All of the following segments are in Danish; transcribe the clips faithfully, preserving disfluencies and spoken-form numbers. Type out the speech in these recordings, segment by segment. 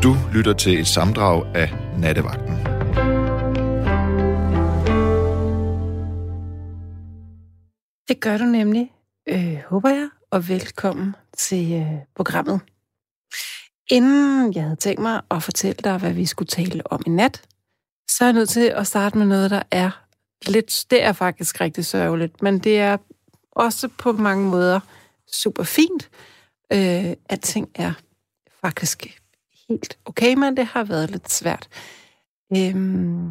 Du lytter til et sammendrag af Nattevagten. Det gør du nemlig, øh, håber jeg, og velkommen til øh, programmet. Inden jeg havde tænkt mig at fortælle dig, hvad vi skulle tale om i nat, så er jeg nødt til at starte med noget, der er lidt, det er faktisk rigtig sørgeligt, men det er også på mange måder super fint. Øh, at ting er faktisk helt okay, men det har været lidt svært. Øhm,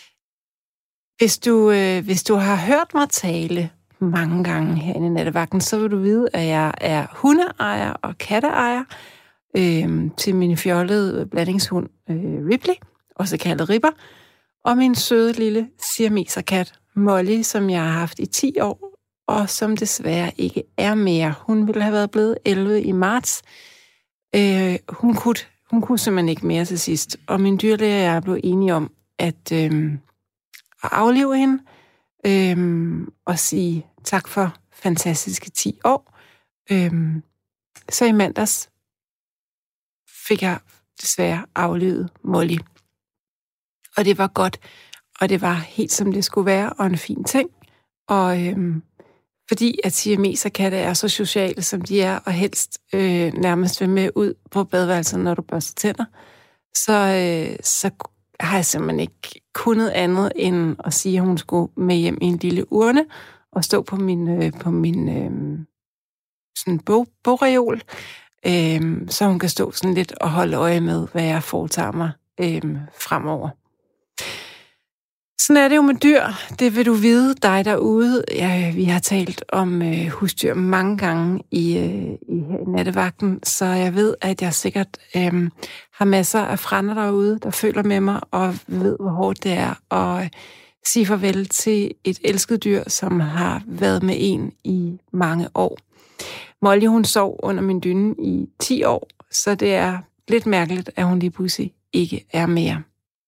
hvis, du, øh, hvis du har hørt mig tale mange gange herinde i Nattevagten, så vil du vide, at jeg er hundeejer og katteejer øh, til min fjollede blandingshund øh, Ripley, også kaldet Ripper, og min søde lille siameserkat Molly, som jeg har haft i ti år, og som desværre ikke er mere. Hun ville have været blevet elleve i marts. Øh, hun, kunne, hun kunne simpelthen ikke mere til sidst, og min dyrlæge og jeg blev enige om at, øh, at aflive hende øh, og sige tak for fantastiske ti år. Øh, så i mandags fik jeg desværre aflivet Molly. Og det var godt, og det var helt som det skulle være, og en fin ting. Og øhm, fordi at siameserkatte er så sociale, som de er, og helst øh, nærmest vil med ud på badeværelset, når du børster tænder, så, øh, så har jeg simpelthen ikke kunnet andet end at sige, at hun skulle med hjem i en lille urne og stå på min, øh, på min øh, sådan bog, bogreol, øh, så hun kan stå sådan lidt og holde øje med, hvad jeg foretager mig øh, fremover. Sådan er det jo med dyr. Det vil du vide, dig derude. Ja, vi har talt om øh, husdyr mange gange i, øh, i, her i Nattevagten, så jeg ved, at jeg sikkert øh, har masser af frænder derude, der føler med mig og ved, hvor hårdt det er at sige farvel til et elsket dyr, som har været med en i mange år. Molly, hun sov under min dyne i ti år, så det er lidt mærkeligt, at hun lige pludselig ikke er mere.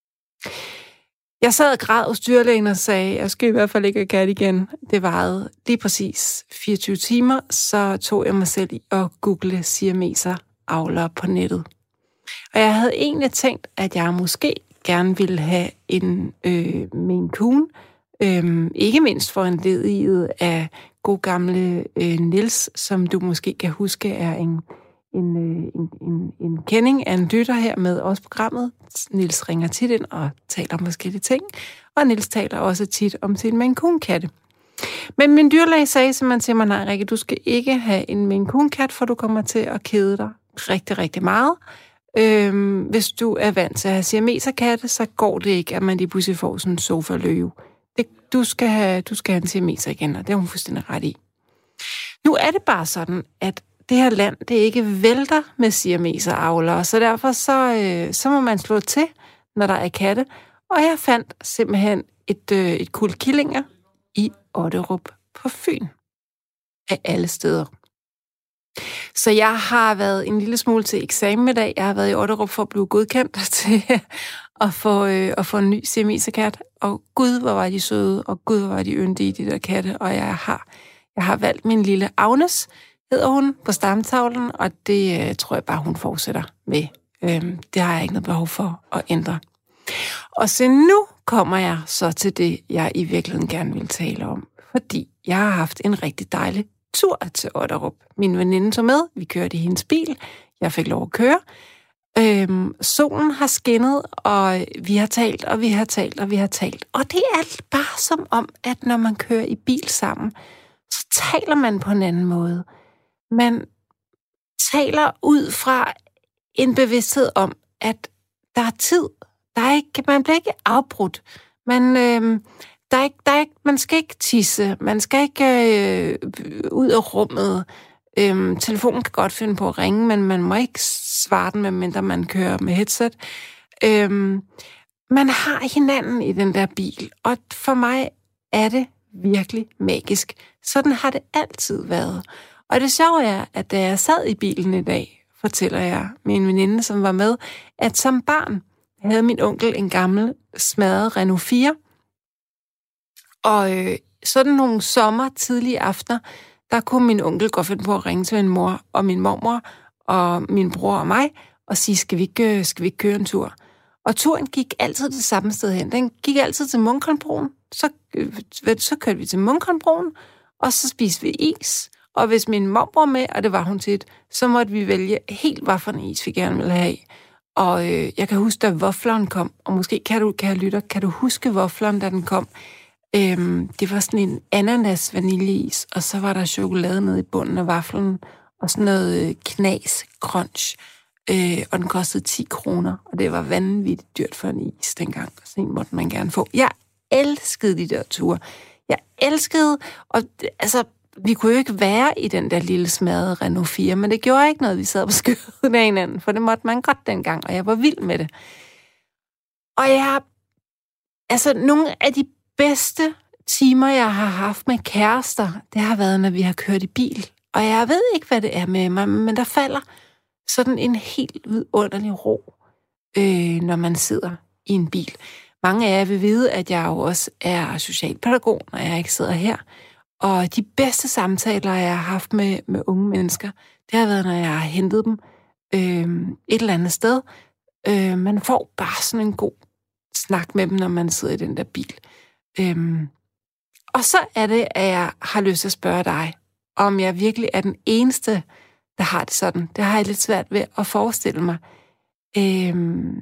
Jeg sad og græd hos dyrlægen og sagde, at jeg skal i hvert fald ikke have kat igen. Det varede lige præcis fireogtyve timer, så tog jeg mig selv i at google siameser avlere på nettet. Og jeg havde egentlig tænkt, at jeg måske gerne ville have en øh, Maine Coon, øh, ikke mindst for en lediget af god gamle øh, Niels, som du måske kan huske er en En, en, en, en kending af en lytter her med også programmet. Niels ringer tit ind og taler om forskellige ting, og Niels taler også tit om sin Maine Coon-katte. Men min dyrlæge sagde simpelthen til mig, nej Rikke, du skal ikke have en Maine Coon-kat, for du kommer til at kede dig rigtig, rigtig meget. Øhm, hvis du er vant til at have siameserkatte, så går det ikke, at man lige pludselig får sådan en sofa-løve. Det, du, skal have, du skal have en siameser igen, og det er hun fuldstændig ret i. Nu er det bare sådan, at det her land, det ikke vælter med siameseravlere, så derfor så, øh, så må man slå til, når der er katte. Og jeg fandt simpelthen et, øh, et kuld killinger i Otterup på Fyn. Af alle steder. Så jeg har været en lille smule til eksamen i dag. Jeg har været i Otterup for at blive godkendt til at få, øh, at få en ny siameserkat. Og gud, hvor var de søde, og gud, hvor var de yndige, de der katte. Og jeg har, jeg har valgt min lille Agnes, hedder hun, på stamtavlen, og det øh, tror jeg bare, hun fortsætter med. Øhm, det har jeg ikke noget behov for at ændre. Og så nu kommer jeg så til det, jeg i virkeligheden gerne vil tale om, fordi jeg har haft en rigtig dejlig tur til Otterup. Min veninde tog med, vi kørte i hendes bil, jeg fik lov at køre. Øhm, solen har skinnet, og vi har talt, og vi har talt, og vi har talt. Og det er bare som om, at når man kører i bil sammen, så taler man på en anden måde. Man taler ud fra en bevidsthed om, at der er tid. Der er ikke, man bliver ikke afbrudt. Man, øh, der er ikke, der er ikke, man skal ikke tisse. Man skal ikke øh, ud af rummet. Øh, telefonen kan godt finde på at ringe, men man må ikke svare den, medmindre man kører med headset. Øh, man har hinanden i den der bil, og for mig er det virkelig magisk. Sådan har det altid været. Og det sjove er, at da jeg sad i bilen i dag, fortæller jeg min veninde, som var med, at som barn havde min onkel en gammel smadret Renault fire. Og øh, sådan nogle sommer, tidlige aftener, der kunne min onkel godt finde på at ringe til min mor og min mormor og min bror og mig og sige, skal vi ikke, skal vi ikke køre en tur? Og turen gik altid det samme sted hen. Den gik altid til Munkholmbroen. Så, så kørte vi til Munkholmbroen, og så spiste vi is. Og hvis min mor var med, og det var hun tit, så måtte vi vælge helt, hvad for en is vi gerne ville have. Og øh, jeg kan huske, da vafleren kom, og måske kan du, kære lytter, kan du huske vafleren, da den kom? Øhm, det var sådan en ananas vaniljeis, og så var der chokolade nede i bunden af vaflen, og sådan noget øh, knas crunch. Øh, og den kostede ti kroner, og det var vanvittigt dyrt for en is dengang. Så en måtte man gerne få. Jeg elskede de der ture. Jeg elskede, og altså, vi kunne jo ikke være i den der lille smadrede Renault fire, men det gjorde ikke noget, vi sad på skødet af hinanden, for det måtte man godt dengang, og jeg var vild med det. Og jeg, altså, nogle af de bedste timer, jeg har haft med kærester, det har været, når vi har kørt i bil. Og jeg ved ikke, hvad det er med mig, men der falder sådan en helt vidunderlig ro, øh, når man sidder i en bil. Mange af jer vil vide, at jeg jo også er socialpædagog, når jeg ikke sidder her. Og de bedste samtaler, jeg har haft med, med unge mennesker, det har været, når jeg har hentet dem øh, et eller andet sted. Øh, man får bare sådan en god snak med dem, når man sidder i den der bil. Øh, og så er det, at jeg har lyst til at spørge dig, om jeg virkelig er den eneste, der har det sådan. Det har jeg lidt svært ved at forestille mig. Øhm,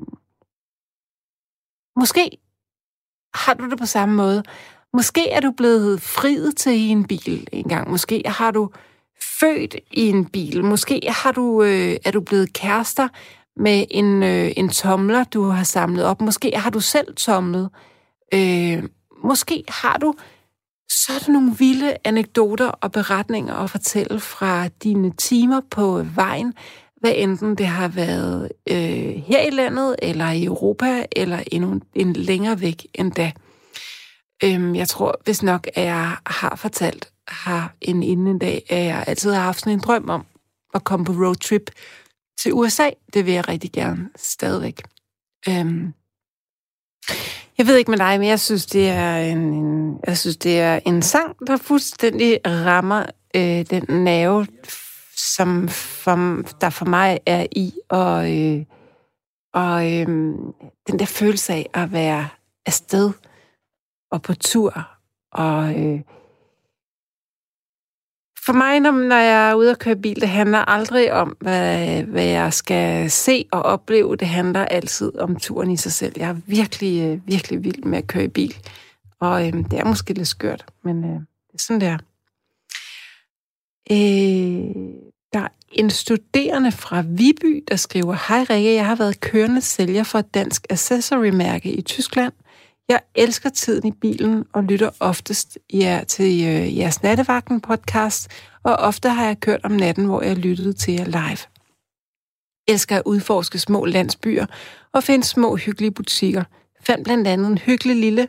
måske har du det på samme måde. Måske er du blevet friet til i en bil engang. Måske har du født i en bil. Måske har du, øh, er du blevet kærester med en, øh, en tomler, du har samlet op. Måske har du selv tomlet. Øh, måske har du sådan nogle vilde anekdoter og beretninger at fortælle fra dine timer på vejen, hvad enten det har været øh, her i landet, eller i Europa, eller endnu en længere væk end da. Øhm, jeg tror, hvis nok, at jeg har fortalt har en inden en dag, at jeg altid har haft sådan en drøm om at komme på roadtrip til U S A. Det vil jeg rigtig gerne stadigvæk. Øhm, Jeg ved ikke med dig, men jeg synes, det er en, en, jeg synes, det er en sang, der fuldstændig rammer øh, den nerve, som for, der for mig er i, og, øh, og øh, den der følelse af at være afsted og på tur. Og øh, for mig, når, når jeg er ude at køre bil, det handler aldrig om, hvad, hvad jeg skal se og opleve. Det handler altid om turen i sig selv. Jeg er virkelig, virkelig vild med at køre i bil. Og øh, det er måske lidt skørt, men øh, det er sådan, det er. Øh, der er en studerende fra Viby, der skriver: Hej Rikke, jeg har været kørende sælger for et dansk accessory-mærke i Tyskland. Jeg elsker tiden i bilen og lytter oftest jer til øh, jeres Nattevagten-podcast, og ofte har jeg kørt om natten, hvor jeg lyttede til jer live. Jeg elsker at udforske små landsbyer og finde små hyggelige butikker. Fandt blandt andet en hyggelig lille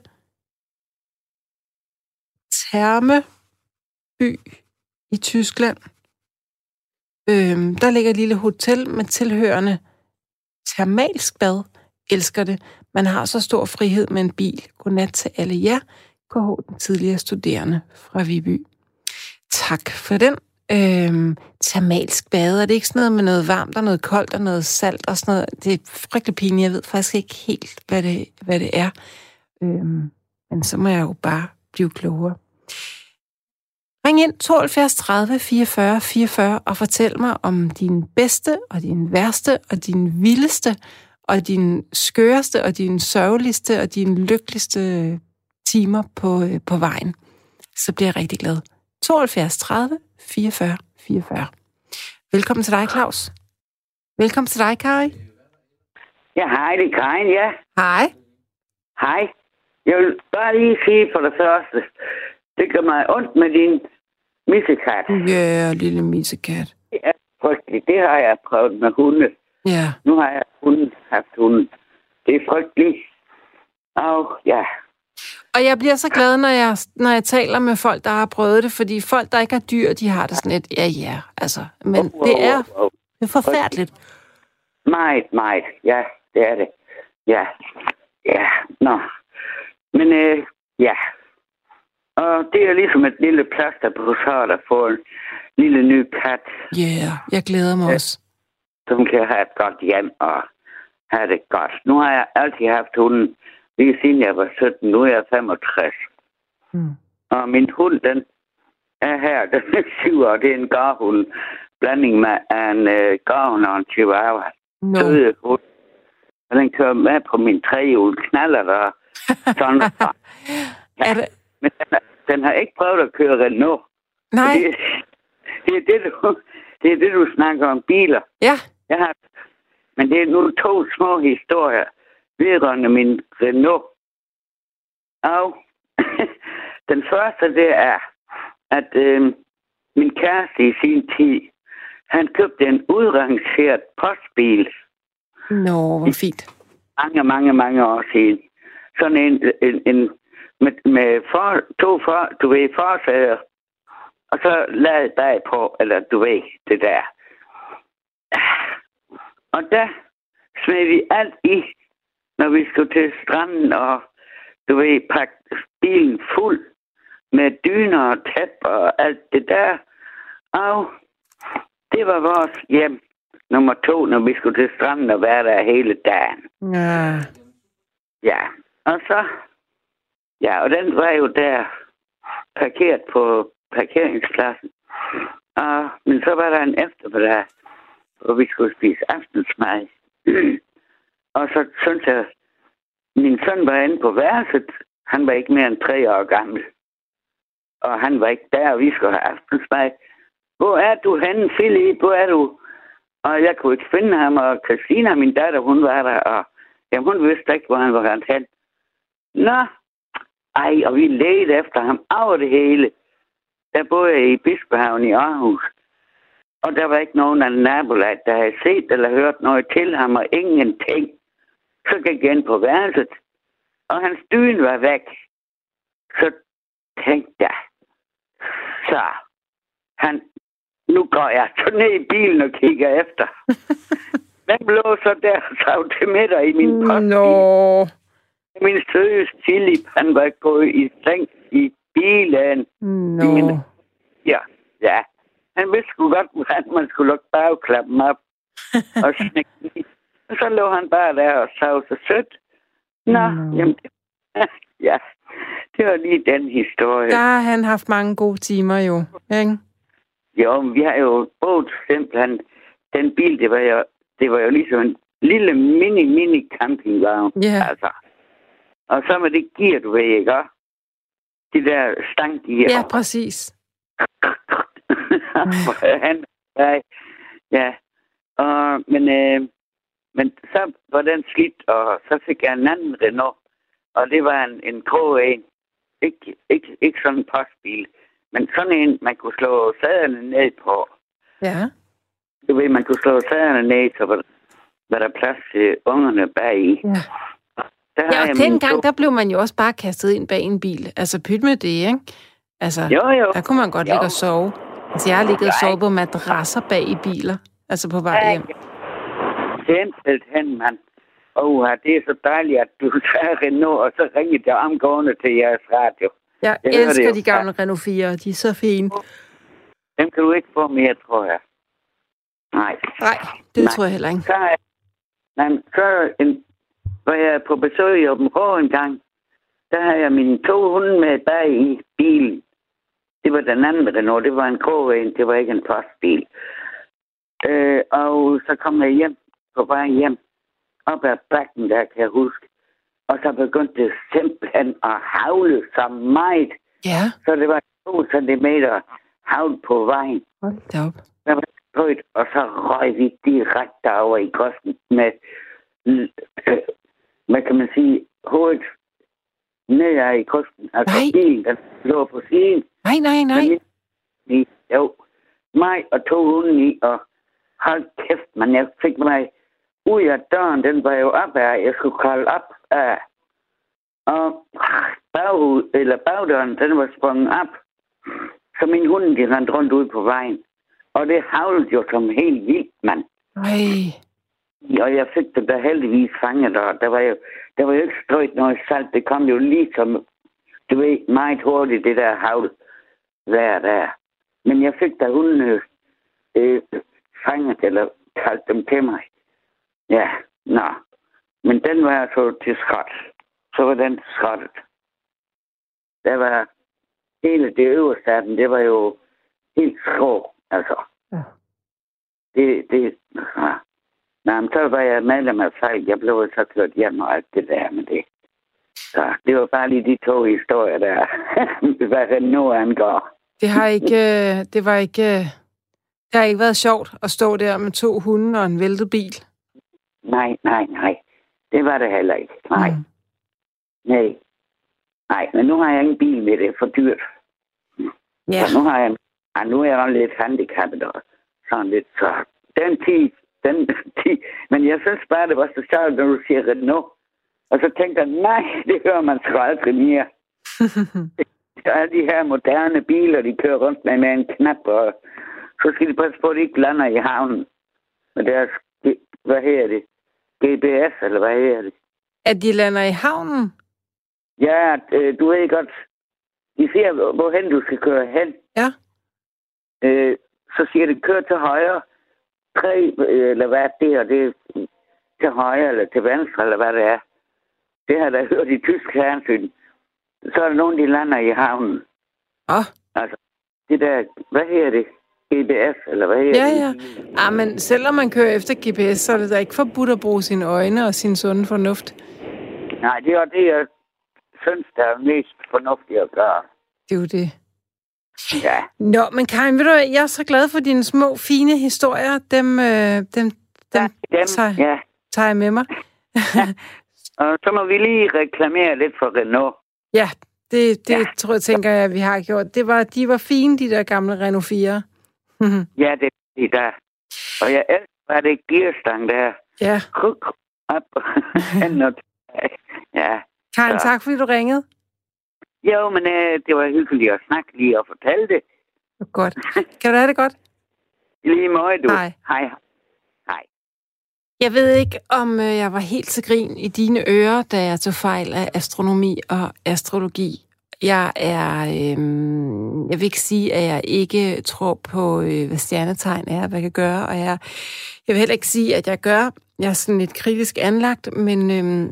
termeby i Tyskland. Øhm, der ligger et lille hotel med tilhørende termalsk bad. Elsker det. Man har så stor frihed med en bil. Godnat til alle jer. K H, den tidligere studerende fra Viby. Tak for den. Øhm, termalsk bad, er det ikke sådan noget med noget varmt og noget koldt og noget salt og sådan noget? Det er frygtelig pinligt. Jeg ved faktisk ikke helt, hvad det, hvad det er. Øhm, men så må jeg jo bare blive klogere. Ring ind tooghalvfjerds tredive fireogfyrre fireogfyrre og fortæl mig om din bedste og din værste og din vildeste og din skøreste og din sørgeligste og din lykkeligste timer på, på vejen. Så bliver jeg rigtig glad. tooghalvfjerds tredive fireogfyrre fireogfyrre. Velkommen til dig, Claus. Velkommen til dig, Kari. Ja, hej, det er Karin, ja. Hej. Hej. Jeg vil bare lige sige for det første, det gør mig ondt med din missekat. Ja, yeah, lille missekat. Det er frygteligt. Det har jeg prøvet med hunde. Ja. Yeah. Nu har jeg hunden, haft hunden. Det er frygteligt. Og ja. Og jeg bliver så glad, når jeg, når jeg taler med folk, der har prøvet det, fordi folk, der ikke har dyr, de har det sådan lidt, ja, ja, altså. Men oh, oh, det, er, oh, oh. det er forfærdeligt. Meget, meget. Ja, det er det. Ja. Ja, nå. Men øh, ja. Og det er ligesom et lille plaster på så der får en lille ny kat. Ja, yeah, jeg glæder mig også. som kan have et godt hjem og have det godt. Nu har jeg altid haft hunden, lige siden jeg var sytten. Nu er jeg femogtres. Mm. Og min hund, den er her. Den er syv år. Det er en garhund. Blanding med en øh, garhund og en chihuahua. No. Søde hund. Og den kører med på min trehjul. Knaller der. Sådan. Ja. Er det... Men den, den har ikke prøvet at køre Renault. Nej. Det, det, er det, du, det er det, du snakker om biler. Ja. Jeg har, men det er nu to små historier vedrørende min Renault. Og den første, det er, at øh, min kæreste i sin tid, han købte en udrangeret postbil. Nå, hvor fint. Mange, mange, mange år siden. Sådan en, en, en med, med for, to for, du ved, forsæder, og så lad bagpå, eller du ved, det der. Og der smed vi alt i, når vi skulle til stranden, og du ved, pakke bilen fuld med dyner og tæpper og alt det der. Og det var vores hjem nummer to, når vi skulle til stranden og være der hele dagen. Ja. Ja, og så... Ja, og den var jo der parkeret på parkeringspladsen. Og, men så var der en eftermiddag, hvor vi skulle spise aftensmad. Og så synes jeg, min søn var inde på værelset. Han var ikke mere end tre år gammel. Og han var ikke der, og vi skulle have aftensmad. Hvor er du henne, Philip? Hvor er du? Og jeg kunne ikke finde ham, og Christina, min datter, hun var der, og jamen, hun vidste ikke, hvor han var rent hen. Nå, ej, og vi ledte efter ham over det hele. Der boede jeg i Bispehaven i Aarhus. Og der var ikke nogen af nabolag, der havde set eller hørt noget til ham, og ingenting. Så gik jeg ind på værelset, og hans dyne var væk. Så tænkte jeg, så han, nu går jeg så ned i bilen og kigger efter. Hvem lå så der og sav til middag i min postbil? No. Min søde Philip, han var gået i seng i bilen. No. Min, ja, ja. Han vidste sgu godt, at man skulle lukke bagklappen op. og, og så lå han bare der og sav så sødt. Nå, no. Jamen, ja, det var lige den historie. Der har han haft mange gode timer jo, ikke? Jo, men vi har jo boet simpelthen. Den bil, det var jo, det var jo ligesom en lille mini, mini campingvogn. Yeah. Altså. Og så med det gear, du ved, ikke? De der stanggear. Ja, præcis. Han, ja, ja. Og, men, øh, men så var den skidt, og så fik jeg en anden Renault. Og det var en, en grå en. Ikke, ikke, ikke sådan en postbil, men sådan en, man kunne slå sæderne ned på. Ja. Du ved, man kunne slå sæderne ned, så var, var der plads til ungerne bagi. Ja. Der ja, og dengang, to... der blev man jo også bare kastet ind bag en bil. Altså, pyt med det, ikke? Altså, jo, jo. Der kunne man godt jo. ligge og sove. Altså, jeg har ligget og sovet på madrasser bag i biler. Altså, på vej hjem. Simpelthen, mand. Åh, oh, det er så dejligt, at du tager Renault, og så ringer jeg omgående til jeres radio. Jeg, jeg elsker de gamle Renault fire, de er så fine. Dem kan du ikke få mere, tror jeg. Nej. Nej, det Nej. tror jeg heller ikke. Så, nej, så en, var jeg på besøg i Åben Rå en gang. Der havde jeg mine to hunde med bag i bilen. Det var den anden Renault, det var en grå en, det var ikke en postbil. Øh, og så kom jeg hjem, på vej hjem. Op ad bakken, der kan jeg huske. Og så begyndte det simpelthen at havle så meget. Ja. Så det var to centimeter havl på vejen. Hold da op. Der var højt, og så røg vi direkte over i grøften med, øh, hvad kan man sige, hovedet nedad i grøften. Altså nej. bilen, der lå på siden. Nej, nej, nej. I, jo, mig og to hunde i, og hold kæft, man, jeg fik mig ud af døren, den var jo op af, jeg skulle kolde op af. Og bag, eller bagdøren, den var sprunget op. Så min hund, de rendte rundt ud på vejen. Og det havlede jo som helt vildt, mand. Ej. Og jeg fik det da heldigvis fanget, og der var jo, der var jo ikke strøget noget salt. Det kom jo lige som, du ved, meget hurtigt, det der havl vejr der. Men jeg fik da hundene øh, fanget, eller kaldt dem til mig. Ja, nå. Men den var så til skrot. Så var den skrottet. Der var hele det øverste af den, det var jo helt skrå, altså. Ja. Det, det, ja. Nå, men så var jeg medlem af fejl. Jeg blev så kørt hjem og alt det der med det. Så det var bare lige de to historier der, hvad det nu angår. Det har ikke, det var ikke, det har ikke været sjovt at stå der med to hunde og en væltet bil. Nej, nej, nej. Det var det heller ikke. Nej. Mm. Nej. Nej, men nu har jeg ingen bil med, det er for dyrt. Ja. Så nu har jeg, ja, nu er jeg lidt handicappet og sådan lidt, så den tid, den tid, men jeg synes bare, det var så sjovt, når du siger Renault. Og så tænkte jeg, nej, det hører man sgu aldrig mere. Der er de her moderne biler, de kører rundt med, med en knap, og så skal de passe på, at de ikke lander i havnen. Men deres, hvad hedder det? G P S, eller hvad hedder det? At de lander i havnen? Ja, du ved godt, de siger, hvorhen du skal køre hen. Ja. Øh, så siger de, kør til højre, tre, eller hvad det er, det er til højre, eller til venstre, eller hvad det er. Det har jeg hørt i tysk fjernsyn. Så er der nogen, de lander i havnen. Åh. Oh. Altså, det der, hvad hedder det? G P S, eller hvad hedder ja, det? Ja, ja. Ah, men selvom man kører efter G P S, så er det da ikke forbudt at bruge sine øjne og sin sunde fornuft. Nej, det er det, jeg synes, der er mest fornuftigt at gøre. Det er jo det. Ja. Nå, men Karin, ved du, jeg er så glad for dine små, fine historier. Dem, øh, dem, dem, ja, dem tager, ja. tager jeg med mig. Ja. Og så må vi lige reklamere lidt for Renault. Ja, det, det ja. tror jeg, tænker jeg, vi har gjort. Det var, de var fine, de der gamle Renault fire. Ja, det er de der. Og jeg elsker, at det gearstang der. Ja. Op. ja. Karin, tak fordi du ringede. Jo, men øh, det var hyggeligt at snakke lige og fortælle det. Godt. Kan du have det godt? Lige måde, du. Hej. Hej. Hej. Jeg ved ikke, om øh, jeg var helt til grin i dine ører, da jeg tog fejl af astronomi og astrologi. Jeg er, øh, jeg vil ikke sige, at jeg ikke tror på, øh, hvad stjernetegn er, hvad jeg kan gøre, og jeg, jeg vil heller ikke sige, at jeg gør. Jeg er sådan lidt kritisk anlagt, men øh,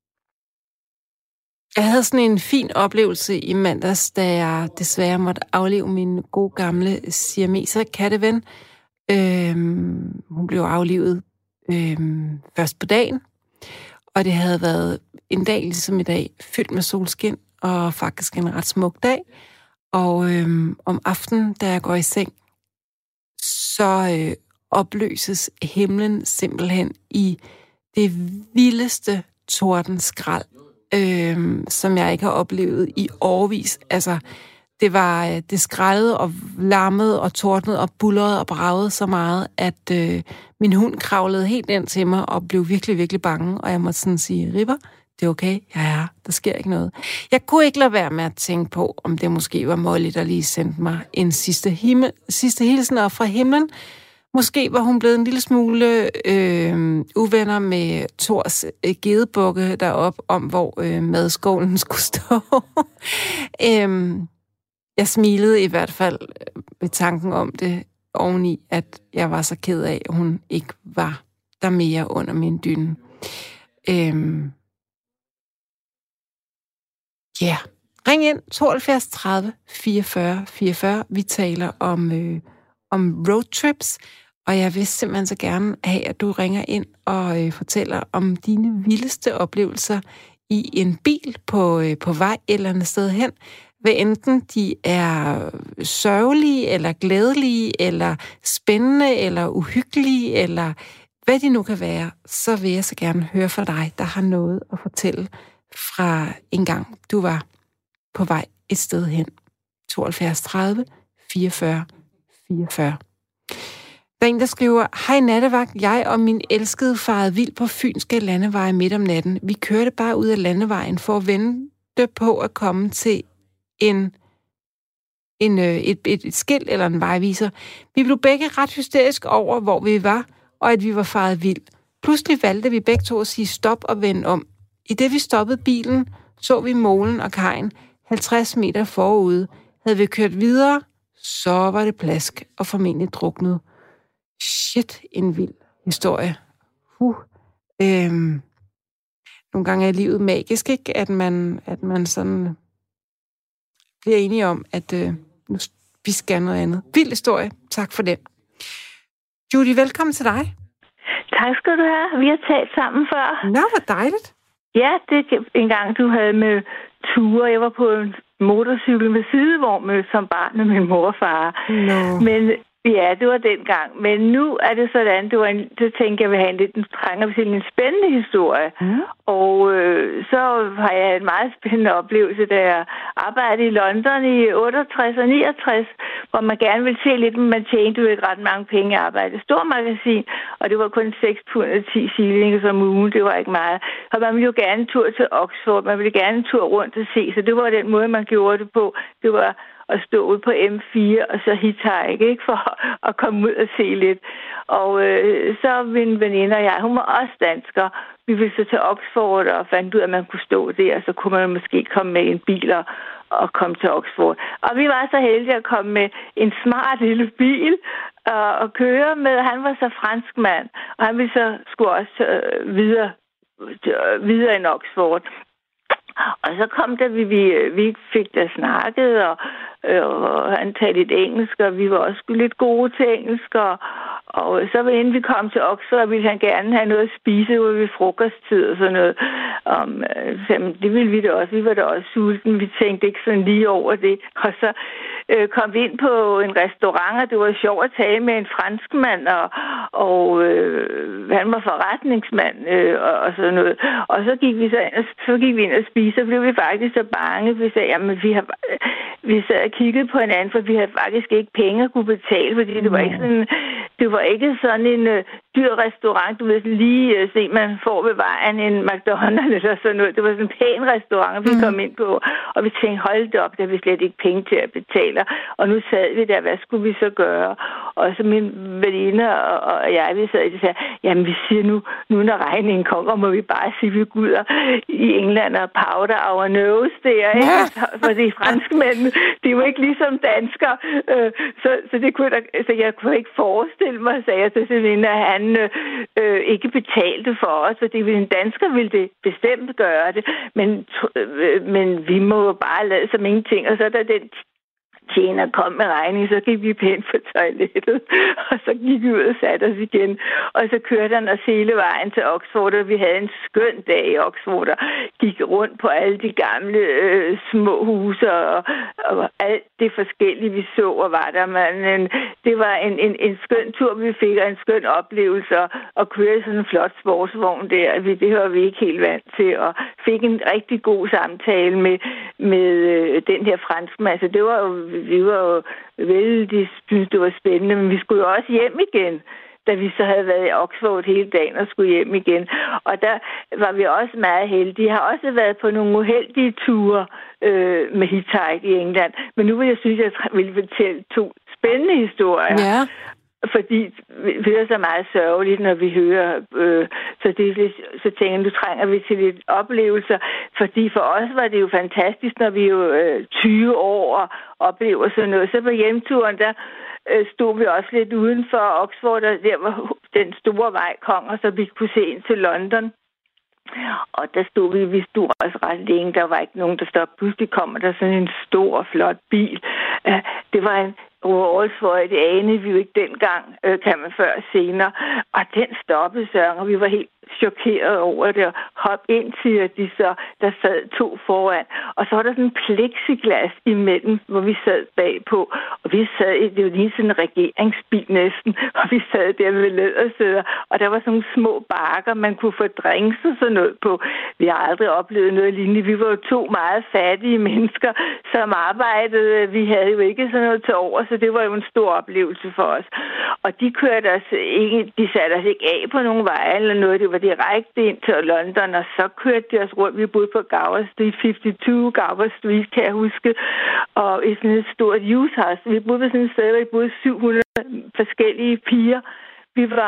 jeg havde sådan en fin oplevelse i mandags, da jeg desværre måtte afleve min gode gamle siameser katteven. Øh, hun blev aflivet øh, først på dagen, og det havde været en dag ligesom i dag, fyldt med solskin, og faktisk en ret smuk dag. Og øhm, om aftenen, da jeg går i seng, så øh, opløses himlen simpelthen i det vildeste tordenskrald, øh, som jeg ikke har oplevet i årevis. Altså, det var øh, det skrællede og larmede og tordnede og bullerede og bragede så meget, at øh, min hund kravlede helt ind til mig og blev virkelig, virkelig bange. Og jeg måtte sådan sige, Ripper, det er okay, jeg er her, der sker ikke noget. Jeg kunne ikke lade være med at tænke på, om det måske var Molly, der lige sendte mig en sidste, himmel, sidste hilsen op fra himlen. Måske var hun blevet en lille smule øh, uvenner med Thors øh, gedebukke deroppe, om hvor øh, madskålen skulle stå. øh, jeg smilede i hvert fald ved tanken om det, oveni, at jeg var så ked af, at hun ikke var der mere under min dyne. Øh, Ja, yeah. Ring ind tooghalvfjerds tredive fireogfyrre fireogfyrre. Vi taler om, øh, om roadtrips, og jeg vil simpelthen så gerne have, at du ringer ind og øh, fortæller om dine vildeste oplevelser i en bil på, øh, på vej et eller andet sted hen. Hvad enten de er sørgelige, eller glædelige, eller spændende, eller uhyggelige, eller hvad de nu kan være, så vil jeg så gerne høre fra dig, der har noget at fortælle fra en gang, du var på vej et sted hen. tooghalvfjerds tredive fireogfyrre fireogfyrre. Der er en, der skriver, hej nattevagt, jeg og min elskede farede vild på fynske landeveje midt om natten. Vi kørte bare ud af landevejen for at vente på at komme til en, en, et, et, et skilt eller en vejviser. Vi blev begge ret hysteriske over, hvor vi var, og at vi var faret vild. Pludselig valgte vi begge to at sige stop og vende om. I det vi stoppede bilen, så vi molen og kajen halvtreds meter forude. Havde vi kørt videre, så var det plask og formentlig druknet. Shit, en vild historie. Uh. Øhm. Nogle gange er livet magisk, ikke? At man, at man sådan bliver enige om, at øh, nu, vi skal noget andet. Vild historie. Tak for det. Judy, velkommen til dig. Tak skal du have. Vi har talt sammen før. Nå, hvor dejligt. Ja, det er en gang, du havde med ture. Jeg var på en motorcykel med sidevogn med som barn med min mor og far. Nå. Men ja, det var dengang. Men nu er det sådan, det var en, det tænker jeg, vil have en lidt, nu trænger vi til en spændende historie. Mm. Og øh, så har jeg en meget spændende oplevelse, da jeg arbejdede i London i otteogtres og niogtres, hvor man gerne ville se lidt, men man tjente jo ikke ret mange penge at arbejde. Stor magasin, og det var kun seks pund og ti shillings om ugen, det var ikke meget. Og man ville jo gerne en tur til Oxford, man ville gerne en tur rundt og se, så det var den måde, man gjorde det på. Det var at stå ud på M fire og så hitchhike, ikke, for at komme ud og se lidt. Og øh, så min veninde og jeg, hun var også dansker. Vi ville så til Oxford og fandt ud af, at man kunne stå der, og så kunne man måske komme med en bil og, og komme til Oxford. Og vi var så heldige at komme med en smart lille bil og, og køre med. Han var så fransk mand, og han ville så skulle også øh, videre, øh, videre end Oxford. Og så kom der, vi, vi, vi fik da snakket, og, og han talte lidt engelsk, og vi var også lidt gode til engelsk, og, og så inden vi kom til Oxford, ville han gerne have noget at spise ude ved frokosttid og sådan noget. Um, så, det ville vi da også, vi var da også sulten, vi tænkte ikke sådan lige over det. Og så øh, kom vi ind på en restaurant, og det var sjovt at tale med en franskmand, og, og øh, han var forretningsmand øh, og, og sådan noget. Og så gik vi så ind, så gik vi ind og spiste, så blev vi faktisk så bange. Vi sagde, jamen vi har vi sad og kiggede på hinanden, for vi havde faktisk ikke penge at kunne betale, fordi det var ikke sådan, det var ikke sådan en uh, dyr restaurant, du ved, lige uh, se, man får ved vejen en McDonald's eller sådan noget. Det var sådan en pæn restaurant, vi mm. kom ind på, og vi tænkte, hold det op, der vi slet ikke penge til at betale. Og nu sad vi der, hvad skulle vi så gøre? Og så min veninde og, og jeg, vi sad og sagde, jamen vi siger nu, nu når regningen kommer, må vi bare sige, vi går ud i England og powder our nose der, ikke? Ja. For de franskmænd, de var ikke ligesom danskere, øh, så, så, det kunne der, så jeg kunne ikke forestille mig, sagde jeg til sin at han øh, ikke betalte for os, fordi en dansker ville det bestemt gøre det, men, øh, men vi må jo bare lade som ingenting, og så er der den tjener kom med regning, så gik vi pænt på toilettet, og så gik vi ud og satte os igen. Og så kørte han os hele vejen til Oxford, og vi havde en skøn dag i Oxford, og gik rundt på alle de gamle øh, små huse, og, og alt det forskellige, vi så, og var der. Men det var en, en, en skøn tur, vi fik, og en skøn oplevelse, og, og køre i sådan en flot sportsvogn der. Det var vi ikke helt vant til, og fik en rigtig god samtale med, med øh, den her franskmand. Altså, det var jo vi var jo vældig, synes det var spændende, men vi skulle jo også hjem igen, da vi så havde været i Oxford hele dagen og skulle hjem igen. Og der var vi også meget heldige. Jeg har også været på nogle uheldige ture øh, med hitchhike i England, men nu vil jeg synes, at jeg vil fortælle to spændende historier. Ja. Fordi det er så meget sørgeligt, når vi hører, øh, så, det, så tænker jeg, nu trænger vi til lidt oplevelser. Fordi for os var det jo fantastisk, når vi jo øh, tyve år og oplever sådan noget. Så på hjemturen, der øh, stod vi også lidt uden for Oxford, og der var den store vej kom, og så vi kunne se ind til London. Og der stod vi, vi stod også ret længe, der var ikke nogen, der stoppede. Pludselig kommer der sådan en stor, flot bil. Uh, det var en Rolls-Royce, det anede vi jo ikke dengang, uh, kan man før senere. Og den stoppede, Søren, og vi var helt chokeret over det, og hoppede ind til, at de så, der sad to foran. Og så var der sådan en plexiglas imellem, hvor vi sad bagpå. Og vi sad i, det var lige sådan en regeringsbil næsten, og vi sad der med lædersæder, og der var sådan nogle små bakker, man kunne få drinks og sådan noget på. Vi har aldrig oplevet noget lignende. Vi var jo to meget fattige mennesker, som arbejdede. Vi havde jo ikke sådan noget til over, så det var jo en stor oplevelse for os. Og de kørte os ikke, de satte os ikke af på nogen veje eller noget. Det var direkte ind til London, og så kørte de os rundt. Vi boede på Gower Street, femoghalvtreds Gower Street, kan jeg huske, og i sådan et stort usehouse. Vi boede på sådan et sted, hvor vi boede syv hundrede forskellige piger. Vi var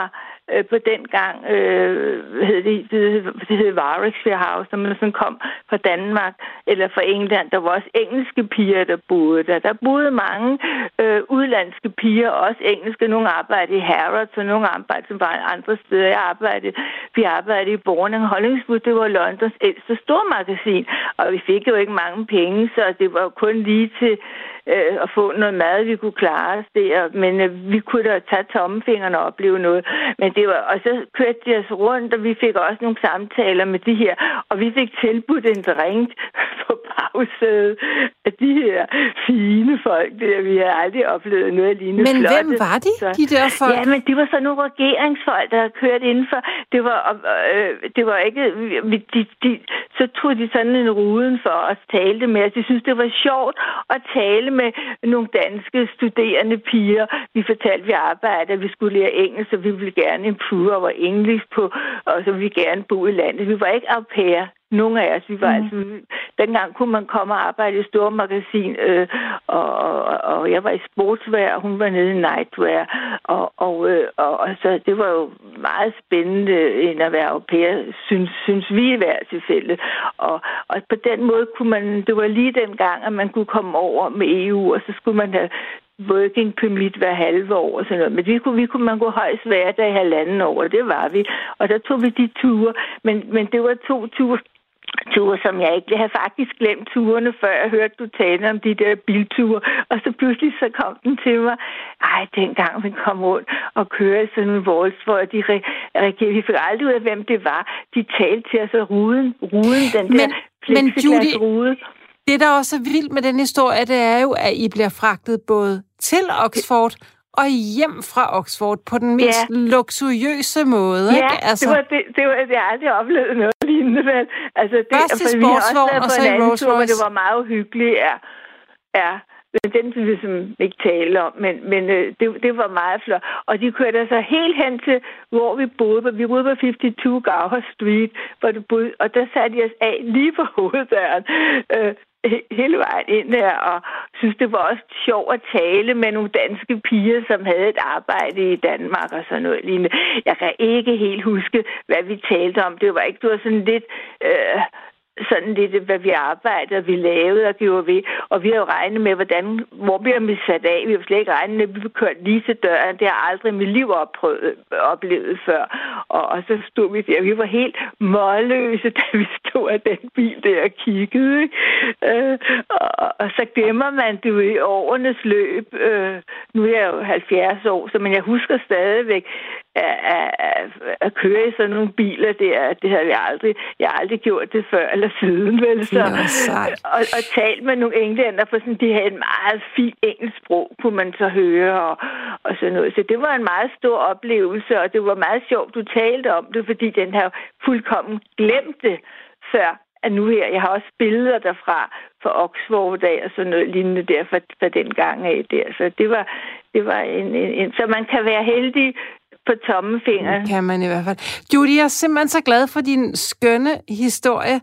øh, på den gang, øh, hed det, det, det hed Warwickshire House, når man sådan kom fra Danmark eller fra England. Der var også engelske piger, der boede der. Der boede mange øh, udlandske piger, også engelske. Nogle arbejdede i Harrods, og nogle arbejdede som bare andre steder. Jeg arbejdede, vi arbejdede i Born and Hollingswood, det var Londons ældste stormagasin, og vi fik jo ikke mange penge, så det var kun lige til øh, at få noget mad, vi kunne klare os der. Men øh, vi kunne da tage tommelfingrene og opleve noget. Men det var, og så kørte de os rundt, og vi fik også nogle samtaler med de her, og vi fik tilbudt en drink på bagsædet af de her fine folk der. Vi har aldrig oplevet noget lignende. Men flotte. Hvem var de, så, de der folk? Ja, men det var så nogle regeringsfolk, der havde kørt indenfor. Det var, øh, det var ikke... De, de, så tog de sådan en ruden for os, talte med os. De synes det var sjovt at tale med nogle danske studerende piger. Vi fortalte, at vi arbejdede, at vi skulle lære engelsk, og vi ville gerne improve our English på, og så ville vi gerne bo i landet. Vi var ikke au pair. Nogle af os, vi var mm. altså... Dengang kunne man komme og arbejde i store magasin, øh, og, og, og jeg var i sportswear, og hun var nede i nightwear, og, og, øh, og, og så det var jo meget spændende end at være au pair, synes, synes vi i hvert tilfælde. Og, og på den måde kunne man... Det var lige den gang, at man kunne komme over med E U, og så skulle man have working permit hver halve år og sådan noget. Men vi kunne, vi kunne, man kunne højst være der i halvanden år, og det var vi. Og der tog vi de ture, men, men det var to ture, ture, som jeg ikke... Jeg havde faktisk glemt turene, før jeg hørte, du tale om de der bilture. Og så pludselig så kom den til mig. Ej, dengang vi kom rundt og kørte sådan en vals, hvor de reagerede. Vi fik aldrig ud af, hvem det var. De talte til os af ruden. Ruden, den men, der plexiglasrude. Det, der også er vildt med den historie, det er jo, at I bliver fragtet både til Oxford og hjem fra Oxford på den mest ja. luksuriøse måde. Ja, ikke? Altså, det var det, det var, jeg har aldrig oplevet noget lignende. Men, altså, det, først til sportsvogn, og så i Rolls Royce. Men det var meget uhyggeligt, ja. Ja, men den vil vi ligesom ikke tale om, men, men øh, det, det var meget flot. Og de kørte altså helt hen til, hvor vi boede. Vi boede på femoghalvtreds Gower Street, hvor du boede, og der satte de os af lige på hoveddøren. Øh, hele vejen ind der, og synes, det var også sjovt at tale med nogle danske piger, som havde et arbejde i Danmark og sådan noget lignende. Jeg kan ikke helt huske, hvad vi talte om. Det var ikke, det var sådan lidt... Øh, sådan lidt, hvad vi arbejdede, og vi lavede og gjorde ved. Og vi har jo regnet med, hvordan, hvor bliver vi sat af. Vi har slet ikke regnet med, at vi blev kørt lige til døren. Det har aldrig i mit liv opprøvet, oplevet før. Og, og så stod vi der. Vi var helt målløse, da vi stod af den bil der og kiggede. Ikke? Øh, og, og så glemmer man det jo i årenes løb. Øh, nu er jeg jo halvfjerds år, så, men jeg husker stadigvæk at, at, at, at køre i sådan nogle biler der. Det havde jeg aldrig. Jeg har aldrig gjort det før eller siden, vel? Så, og, og talt med nogle englænder, for sådan, de havde et meget fint engelsk sprog, kunne man så høre, og, og sådan noget. Så det var en meget stor oplevelse, og det var meget sjovt, du talte om det, fordi den har fuldkommen glemt det før, at nu her, jeg har også billeder derfra fra Oxford af, og sådan noget lignende der fra, fra den gang af der. Så det var, det var en, en, en... Så man kan være heldig på tommefingeren. Det kan man i hvert fald. Judy, jeg er simpelthen så glad for din skønne historie.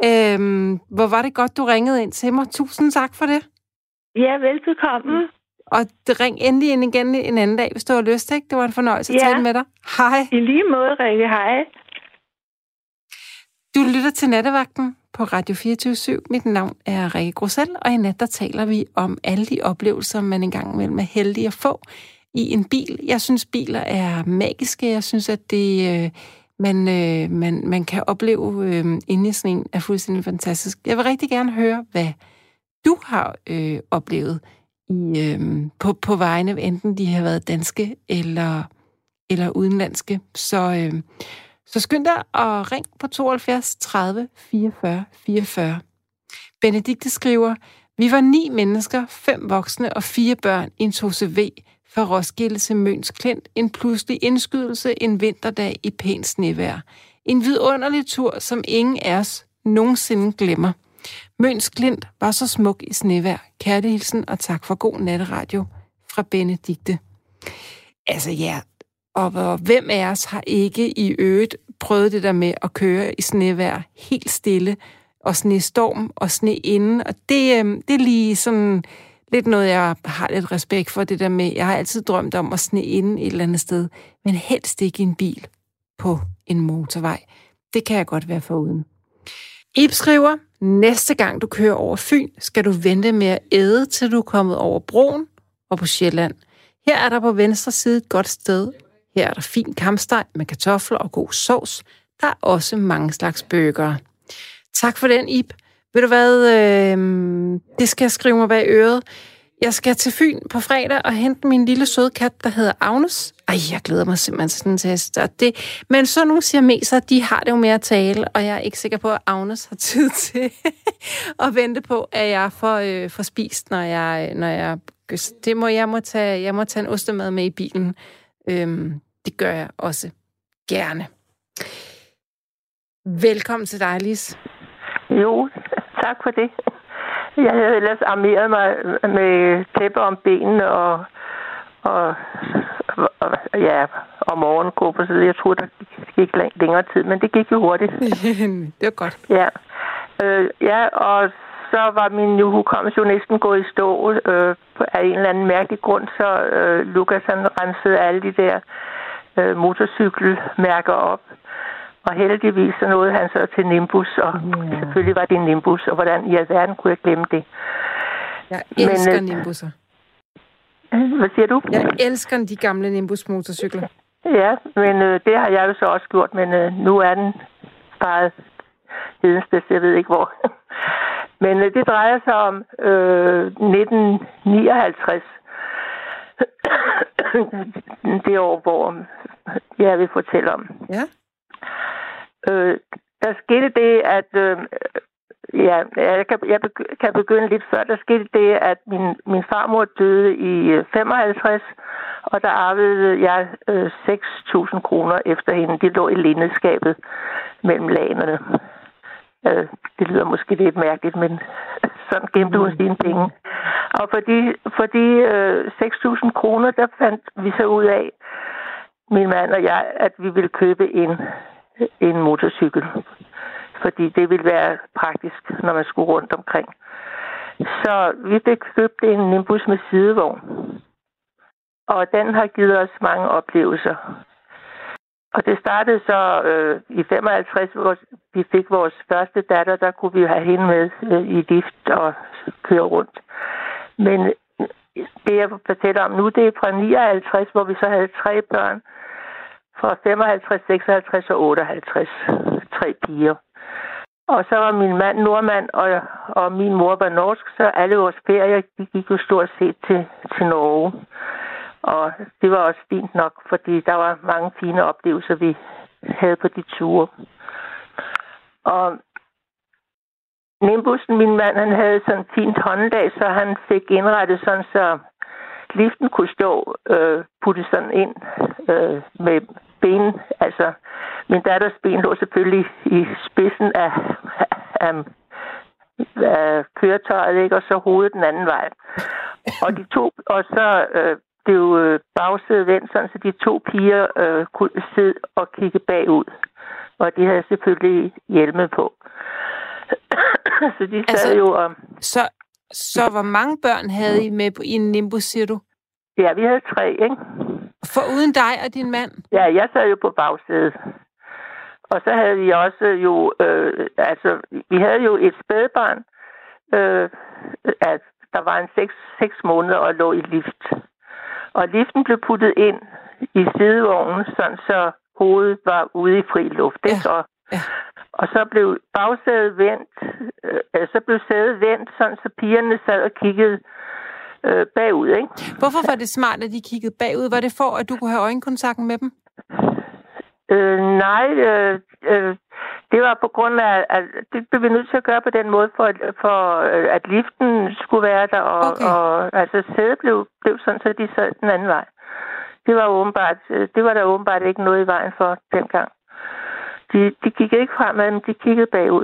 Øhm, hvor var det godt, du ringede ind til mig. Tusind tak for det. Ja, velbekomme. Og ring endelig ind igen en anden dag, hvis du har lyst, ikke? Det var en fornøjelse at ja. tale med dig. Hej. I lige måde, Rikke. Hej. Du lytter til Nattevagten på Radio fireogtyve syv. Mit navn er Rikke Grussel, og i nat der taler vi om alle de oplevelser, man engang imellem er heldig at få i en bil. Jeg synes, biler er magiske. Jeg synes, at det, øh, man, øh, man, man kan opleve øh, inde i sådan en er fuldstændig fantastisk. Jeg vil rigtig gerne høre, hvad du har øh, oplevet i, øh, på, på vejene, enten de har været danske eller, eller udenlandske. Så, øh, så skynd dig og ring på tooghalvfjerds tredive fireogfyrre fireogfyrre. Benedikte skriver, vi var ni mennesker, fem voksne og fire børn i en to C V fra Roskilde til Møns Klint, en pludselig indskydelse en vinterdag i pænt snevejr. En vidunderlig tur, som ingen af os nogensinde glemmer. Møns Klint var så smuk i snevejr. Kærlig hilsen og tak for god natteradio fra Benedikte. Altså ja, og, og hvem af os har ikke i øvrigt prøvet det der med at køre i snevejr helt stille, og snestorm og sne inden, og det, det er lige sådan lidt noget, jeg har lidt respekt for, det der med, jeg har altid drømt om at sne inde et eller andet sted, men helst ikke i en bil på en motorvej. Det kan jeg godt være foruden. Ib skriver, næste gang du kører over Fyn, skal du vente med at æde, til du er kommet over broen og på Sjælland. Her er der på venstre side et godt sted. Her er der fin kampsteg med kartofler og god sovs. Der er også mange slags burgere. Tak for den, Ib. Ved du hvad, øh, det skal jeg skrive mig bag øret. Jeg skal til Fyn på fredag og hente min lille søde kat, der hedder Agnes. Ej, jeg glæder mig simpelthen til sådan en test. Det. Men så nogle siameser, de har det jo med at tale, og jeg er ikke sikker på, at Agnes har tid til at vente på, at jeg får, øh, får spist, når jeg, når jeg... Det må jeg må tage, jeg må tage en ostemad med i bilen. Øhm, det gør jeg også gerne. Velkommen til dig, Lis. Jo, tak for det. Jeg havde ellers armeret mig med tæpper om benene og, og, og ja, om morgenen gå på side. Jeg troede, der gik længere tid, men det gik jo hurtigt. Det var godt. Ja, øh, ja, og så var min hukommelse jo næsten gået i stå øh, af en eller anden mærkelig grund, så øh, Lukas han rensede alle de der øh, motorcykelmærker op. Og heldigvis så nåede han så til Nimbus, og yeah. selvfølgelig var det Nimbus, og hvordan i alverden kunne jeg glemme det. Jeg elsker Men, Nimbusser. Hvad siger du? Jeg elsker de gamle Nimbus-motorcykler. Ja, men øh, det har jeg jo så også gjort, men øh, nu er den bare hedensteds, jeg ved ikke hvor. Men øh, det drejer sig om øh, nitten nioghalvtreds. Det år, hvor jeg vil fortælle om. Ja. Øh, der skete det, at øh, ja, jeg, kan, jeg kan begynde lidt før. Der skete det, at min, min farmor døde i femoghalvtreds, og der arvede jeg øh, seks tusind kroner efter hende. Det lå i lindeskabet mellem lagerne. Øh, det lyder måske lidt mærkeligt, men sådan gemte hun sine penge. Og for de, for de øh, seks tusind kroner, der fandt vi så ud af, min mand og jeg, at vi ville købe en en motorcykel, fordi det ville være praktisk, når man skulle rundt omkring. Så vi fik købt en Nimbus med sidevogn, og den har givet os mange oplevelser. Og det startede så øh, i femoghalvtreds, hvor vi fik vores første datter, der kunne vi have hende med øh, i lift og køre rundt. Men det, jeg fortæller om nu, det er fra nioghalvtreds, hvor vi så havde tre børn, fra femoghalvtreds, seksoghalvtreds og otteoghalvtreds. Tre piger. Og så var min mand nordmand, og, og min mor var norsk, så alle vores ferier, de gik jo stort set til, til Norge. Og det var også fint nok, fordi der var mange fine oplevelser, vi havde på de ture. Og Nimbussen, min mand, han havde sådan et fint håndlag, så han fik indrettet sådan, så liften kunne stå øh, puttet sådan ind øh, med ben. Altså, min datters ben lå selvfølgelig i spidsen af, af, af køretøjet, ikke? Og så hovedet den anden vej. Og de to, og så øh, blev bagsædet vendt, sådan, så de to piger øh, kunne sidde og kigge bagud. Og de havde selvfølgelig hjelme på. Så de sad altså, jo og... Så, så hvor mange børn havde I med på, i en Nimbus, siger du? Ja, vi havde tre, ikke? For uden dig og din mand? Ja, jeg sad jo på bagsædet. Og så havde vi også jo... Øh, altså, vi havde jo et spædbarn, øh, at der var en seks, seks måneder og lå i lift. Og liften blev puttet ind i sidevognen, sådan så hovedet var ude i fri luft, ikke? Ja. Og, ja. og så blev bagsædet vendt, øh, så blev sædet vendt, sådan så pigerne sad og kiggede øh, bagud, ikke? Hvorfor var det smart, at de kiggede bagud? Var det for, at du kunne have øjenkontakten med dem? Øh, nej, øh, øh, det var på grund af, at det blev vi nødt til at gøre på den måde, for, for at liften skulle være der, og, okay. og altså sædet blev, blev sådan, så de sad den anden vej. Det var åbenbart, det var der åbenbart ikke noget i vejen for dengang. De, de kiggede ikke fremad, men de kiggede bagud.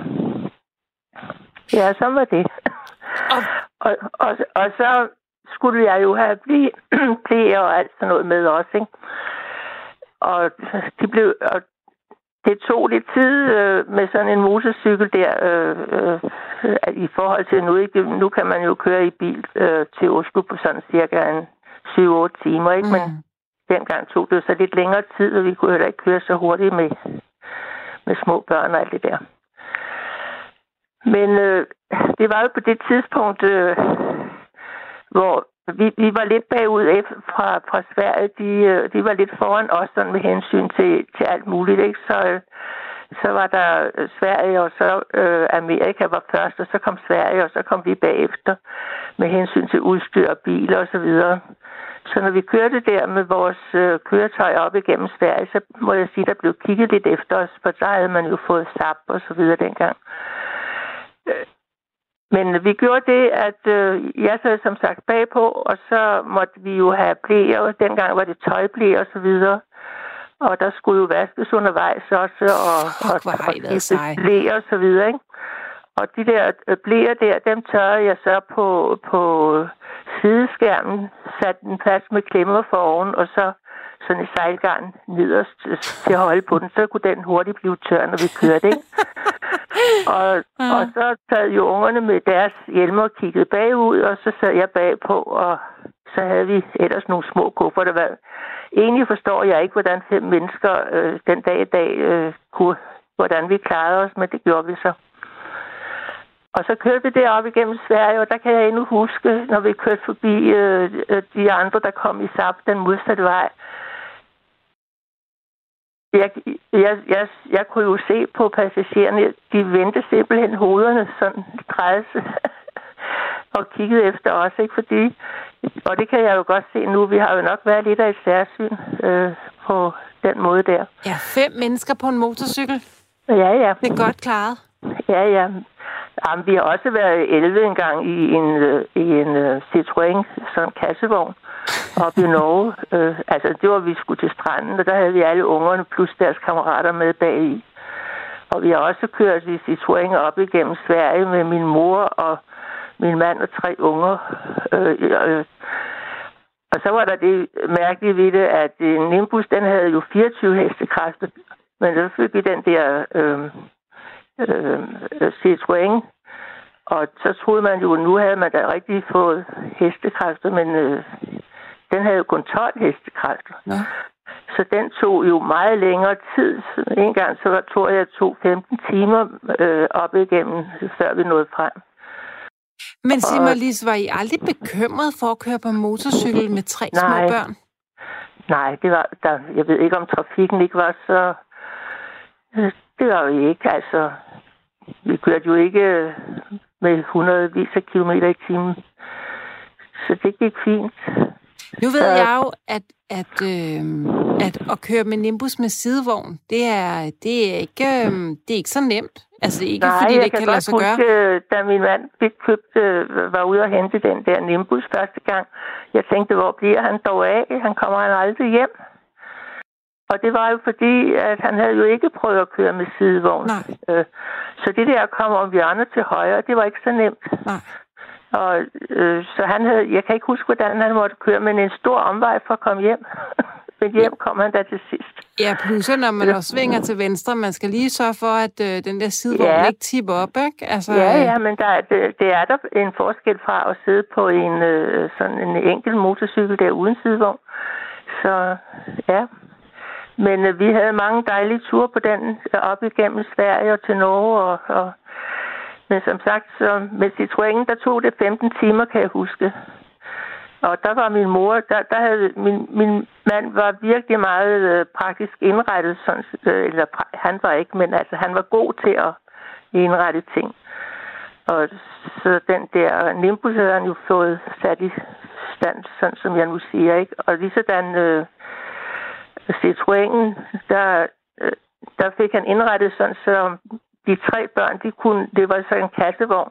Ja, så var det. Og, og, og, og så skulle jeg jo have blive, blive og alt sådan noget med også, ikke? Og de blev, og det tog lidt tid øh, med sådan en motorcykel der, øh, øh, i forhold til nu. Ikke? Nu kan man jo køre i bil øh, til Oslo på sådan cirka en syv otte timer, ikke? Mm. Men dengang tog det så lidt længere tid, og vi kunne heller ikke køre så hurtigt med, med små børn og alt det der. Men øh, det var jo på det tidspunkt, øh, hvor vi, vi var lidt bagud fra, fra Sverige. De, de var lidt foran os sådan med hensyn til, til alt muligt, ikke? Så, øh, så var der Sverige, og så øh, Amerika var først, og så kom Sverige, og så kom vi bagefter med hensyn til udstyr og biler og så videre. Så når vi kørte der med vores øh, køretøj op igennem Sverige, så må jeg sige, der blev kigget lidt efter os, for så havde man jo fået S A P og så videre dengang. Men vi gjorde det, at øh, jeg sad som sagt bagpå, og så måtte vi jo have blæer. Dengang var det tøjblæer og så videre. Og der skulle jo vaskes undervejs også, og, oh, og, og, og blæer og så videre, ikke? Og de der blæer der, dem tørrede jeg så på, på sideskærmen, satte den fast med klemmer for oven, og så sådan et sejlgarn nederst til at holde på den. Så kunne den hurtigt blive tør, når vi kørte, ikke? og, ja. og så sad jo ungerne med deres hjelmer og kiggede bagud, og så sad jeg bagpå, og så havde vi ellers nogle små kufferter. Der var... Egentlig forstår jeg ikke, hvordan fem mennesker øh, den dag i dag øh, kunne, hvordan vi klarede os, men det gjorde vi så. Og så kørte vi deroppe igennem Sverige, og der kan jeg endnu huske, når vi kørte forbi øh, de andre, der kom i S A P den modsatte vej. Jeg, jeg, jeg, jeg kunne jo se på passagererne, de vendte simpelthen hovederne sådan træs og kiggede efter os, ikke? Fordi, og det kan jeg jo godt se nu, vi har jo nok været lidt af et særsyn øh, på den måde der. Ja, fem mennesker på en motorcykel. Ja, ja. Det er godt klaret. Ja, ja. Jamen, vi har også været elleve engang i en, i en uh, Citroën, sådan en kassevogn, oppe i Norge. Uh, altså, det var, vi skulle til stranden, og der havde vi alle ungerne plus deres kammerater med bagi. Og vi har også kørt i Citroën op igennem Sverige med min mor og min mand og tre unger. Uh, uh, og så var der det mærkelige ved det, at en Nimbus, den havde jo fireogtyve hestekræfter, men så fik vi den der... Uh, Øh, Citroën, og så troede man jo, nu havde man da rigtig fået hestekræfter, men øh, den havde jo kun tolv hestekræfter. Ja. Så den tog jo meget længere tid. En gang så tror jeg, at det tog femten timer øh, op igennem, før vi nåede frem. Men sig mig, Lis, var I aldrig bekymret for at køre på motorcykel med tre nej, små børn? Nej, det var der. Jeg ved ikke, om trafikken ikke var så... Det var jo ikke, altså... Vi kørte jo ikke med hundredvis af kilometer i timen. Så det gik fint. Nu ved jeg jo, at, at, øh, at at køre med Nimbus med sidevogn, det er, det er, ikke, øh, det er ikke så nemt. Altså, det er ikke, nej, fordi det kan lade sig gøre. Nej, jeg kan godt huske, da min mand fik købt, øh, var ude og hente den der Nimbus første gang. Jeg tænkte, hvor bliver han dog af? Han kommer han aldrig hjem. Og det var jo fordi, at han havde jo ikke prøvet at køre med sidevogn. Øh, så det der at komme om hjørnet til højre, det var ikke så nemt. Nej. Og øh, så han havde, jeg kan ikke huske, hvordan han måtte køre, men en stor omvej for at komme hjem. Men hjem kom han da til sidst. Ja, plus når man også svinger til venstre, man skal lige sørge for, at øh, den der sidevogn ja. ikke tipper op, ikke? Altså, ja, ja, men der, det, det er der en forskel fra at sidde på en øh, sådan en enkelt motorcykel der uden sidevogn. Så ja... Men øh, vi havde mange dejlige ture på den øh, op igennem Sverige og til Norge. Og, og, men som sagt, så med Citroën, der tog det femten timer, kan jeg huske. Og der var min mor, der, der havde, min, min mand var virkelig meget øh, praktisk indrettet. Sådan, øh, eller han var ikke, men altså han var god til at indrette ting. Og så den der Nimbus havde han jo fået sat i stand, sådan som jeg nu siger, ikke? Og lige sådan... Øh, Citroën, der, der fik han indrettet sådan, så de tre børn, de kunne, det var så en kassevogn.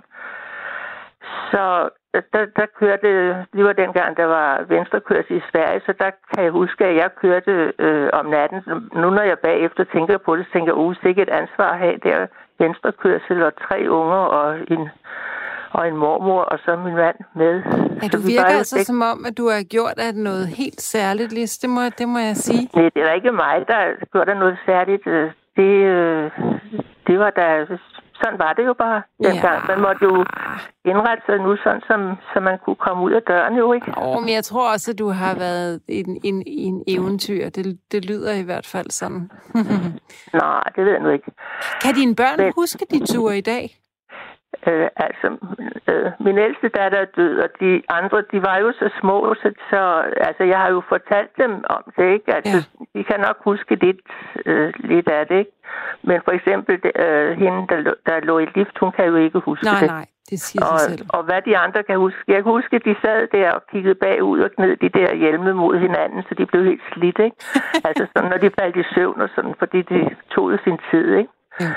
Så der, der kørte, det var dengang, der var venstrekørsel i Sverige, så der kan jeg huske, at jeg kørte øh, om natten. Nu når jeg bagefter tænker på det, så tænker jeg, uh, sikkert et ansvar at have der venstrekørsel og tre unger og en... og en mormor, og så min mand med. Ja, du virker altså som om, at du har gjort af noget helt særligt, Lis. Det må, det må jeg sige. Nej, det er ikke mig, der har gjort af noget særligt. det, øh, det var da... Sådan var det jo bare dengang. Ja. Man måtte jo indrette sig nu, sådan som, så man kunne komme ud af døren jo, ikke? Åh, men jeg tror også, at du har været en, en, en eventyr. Det, det lyder i hvert fald sådan. Nej, det ved jeg nu ikke. Kan dine børn men, huske de ture i dag? Øh, altså, øh, min ældste datter er død, og de andre, de var jo så små, så, så altså, jeg har jo fortalt dem om det, ikke? Altså, ja. De kan nok huske lidt, øh, lidt af det, ikke? Men for eksempel, øh, hende, der, der lå i lift, hun kan jo ikke huske nej, det. Nej, nej, det siger og, sig selv. Og hvad de andre kan huske. Jeg kan huske, at de sad der og kiggede bagud og gned de der hjelme mod hinanden, så de blev helt slidt, ikke? Altså, sådan, når de faldt i søvn og sådan, fordi de tog sin tid, ikke? Ja.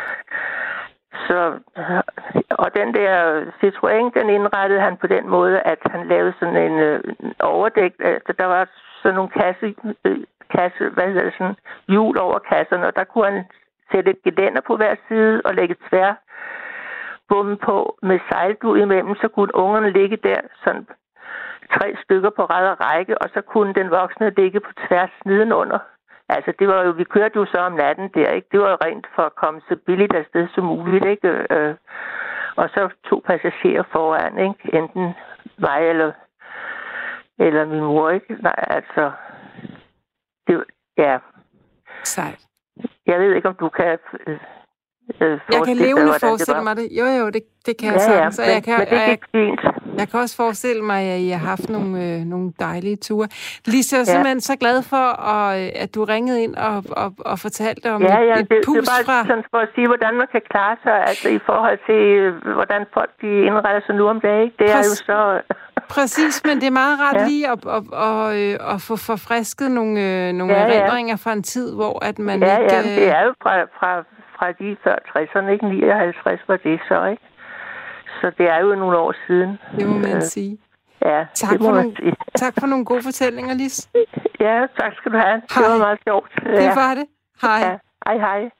Så, og den der Citroën, den indrettede han på den måde, at han lavede sådan en øh, overdæk. Altså, der var sådan nogle kasse, øh, kasse, hvad hedder det, sådan hjul over kasserne, og der kunne han sætte et gelænder på hver side og lægge tvær bommen på med sejldug imellem, så kunne ungerne ligge der sådan tre stykker på rad og række, og så kunne den voksne ligge på tværs nedenunder. Altså, det var jo, vi kørte jo så om natten der, ikke? Det var jo rent for at komme så billigt afsted som muligt, ikke? Øh, og så to passagerer foran, ikke? Enten mig eller, eller min mor, ikke? Nej, altså, det, ja. Sejt. Jeg ved ikke, om du kan... Øh, jeg kan levende forestille mig det. Jo, jo, det, det kan ja, jeg sagtens. Ja, men, jeg kan, men det gik fint. Jeg, jeg kan også forestille mig, at I har haft nogle, øh, nogle dejlige ture. Lise, jeg er ja. simpelthen så glad for, at, at du ringede ind og, og, og fortalte om ja, et, ja, et det, pus det er bare fra... sådan for at sige, hvordan man kan klare sig, altså i forhold til, hvordan folk de indretter sig nu om dagen. Det er Præcis. jo så... Præcis, men det er meget rart ja. lige at, at, at, at, at få forfrisket nogle, nogle ja, erindringer ja. fra en tid, hvor at man ja, ikke... Ja, det er jo fra... fra fra de før tresserne, ikke? nioghalvtreds var det så, ikke? Så det er jo nogle år siden. Det må man øh, sige. Ja, tak det må for man nogle, sige. Tak for nogle gode fortællinger, Lis. Ja, tak skal du have. Hej. Det var meget sjovt. Det ja. var det. Hej. Ja. Hej, hej.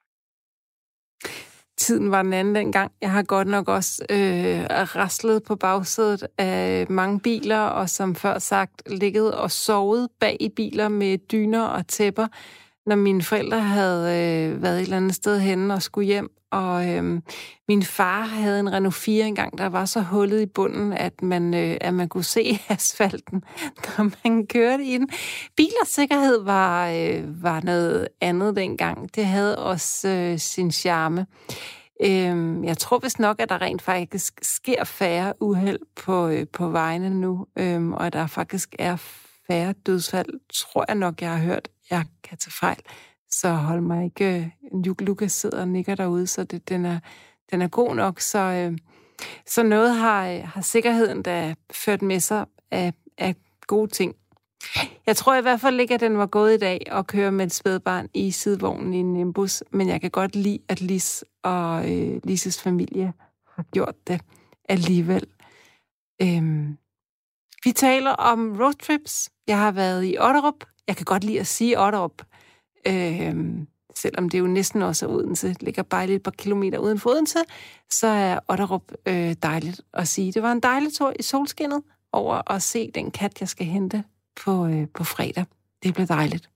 Tiden var den anden dengang. Jeg har godt nok også øh, raslet på bagsædet af mange biler, og som før sagt, ligget og sovet bag i biler med dyner og tæpper, når mine forældre havde øh, været et eller andet sted henne og skulle hjem. Og øh, min far havde en Renault fire engang, der var så hullet i bunden, at man, øh, at man kunne se asfalten, når man kørte i den. Bilers sikkerhed var, øh, var noget andet dengang. Det havde også øh, sin charme. Øh, jeg tror vist nok, at der rent faktisk sker færre uheld på, øh, på vejene nu, øh, og at der faktisk er færre dødsfald, tror jeg nok, jeg har hørt. Jeg kan tage fejl, så hold mig ikke... Lukas sidder og nikker derude, så det, den, er, den er god nok. Så, øh, så noget har, har sikkerheden da ført med sig af, af gode ting. Jeg tror i hvert fald ikke, at den var gået i dag at køre med et spædbarn i sidevognen i en Nimbus, men jeg kan godt lide, at Lis og øh, Lises familie har gjort det alligevel. Øhm, vi taler om roadtrips. Jeg har været i Otterup. Jeg kan godt lide at sige Otterup, øhm, selvom det jo næsten også er Odense. Det ligger bare lidt par kilometer uden for Odense, så er Otterup øh, dejligt at sige. Det var en dejlig tur i solskinnet over at se den kat, jeg skal hente på, øh, på fredag. Det blev dejligt.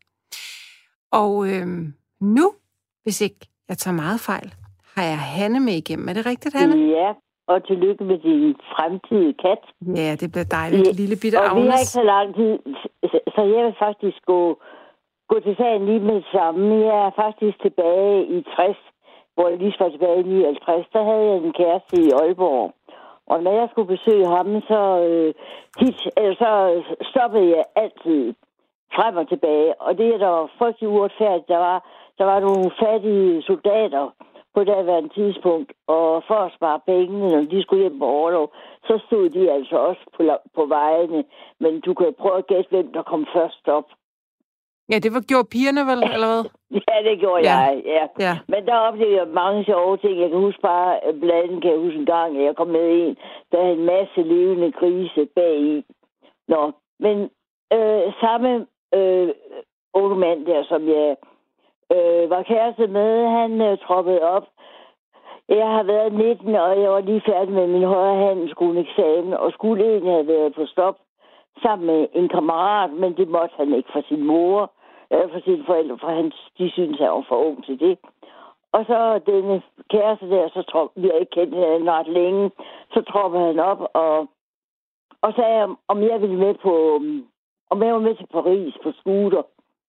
Og øh, nu, hvis ikke jeg tager meget fejl, har jeg Hanne med igennem. Er det rigtigt, Hanne? Ja, og tillykke med din fremtidige kat. Ja, det bliver dejligt. Ja. Lille bitte Agnes. Og vi har ikke så lang tid, så jeg vil faktisk gå, gå til sagen lige med det samme. Jeg er faktisk tilbage i tres, hvor jeg lige var tilbage i nioghalvtreds. Der havde jeg en kæreste i Aalborg. Og når jeg skulle besøge ham, så, øh, tit, eller så stoppede jeg altid frem og tilbage. Og det, der var frygtelig uretfærdigt, der var, der var nogle fattige soldater på daværende tidspunkt, og for at spare pengene, når de skulle hjem på orlov, så stod de altså også på, på vejene. Men du kan prøve at gætte, hvem der kom først op. Ja, det var gjort pigerne vel, eller hvad? Ja, det gjorde ja. jeg, ja. ja. Men der oplevede jeg mange sjove ting. Jeg kan huske bare, blandt andet kan jeg huske en gang, at jeg kom med en, der havde en masse levende grise bagi. Nå, men øh, samme øh, unge mand der, som jeg øh, var kæreste med, han øh, troppede op. Jeg har været nitten, og jeg var lige færdig med min højre handelsskoleeksamen, og skulle egentlig have været på stop sammen med en kammerat, men det måtte han ikke for sin mor, eller for sine forældre, for han, de synes, han var for ung til det. Og så denne kæreste der, så tror vi har ikke kendt hinanden ret længe, så tropper han op og, og sagde, om jeg ville med på, om jeg var med til Paris på scooter.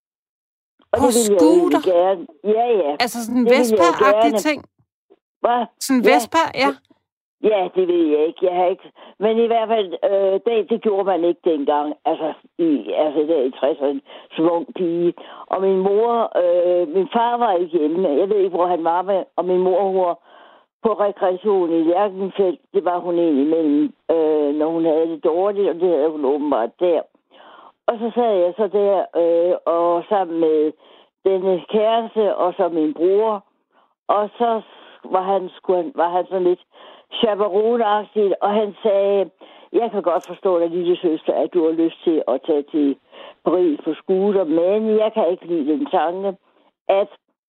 Og på det ville scooter? jeg gerne. Ja, ja. Altså sådan en Vespa-agtig ting? Hvad? Sådan en ja. Vespa, ja. Ja, det ved jeg ikke. Jeg har ikke. Men i hvert fald, øh, det, det gjorde man ikke dengang. Altså, i, altså der i tresserne, som ung pige. Og min mor, øh, min far var ikke hjemme. Jeg ved ikke, hvor han var med. Og min mor, hun var på rekreation i Lerkenfeldt. Det var hun egentlig imellem, øh, når hun havde det dårligt. Og det havde hun åbenbart der. Og så sad jeg så der, øh, og sammen med denne kæreste, og så min bror. Og så var han, skulle, var han sådan lidt chaperoneagtigt, og han sagde, jeg kan godt forstå dig, lille søster, at du har lyst til at tage til Paris på scooter, men jeg kan ikke lide den tanke, at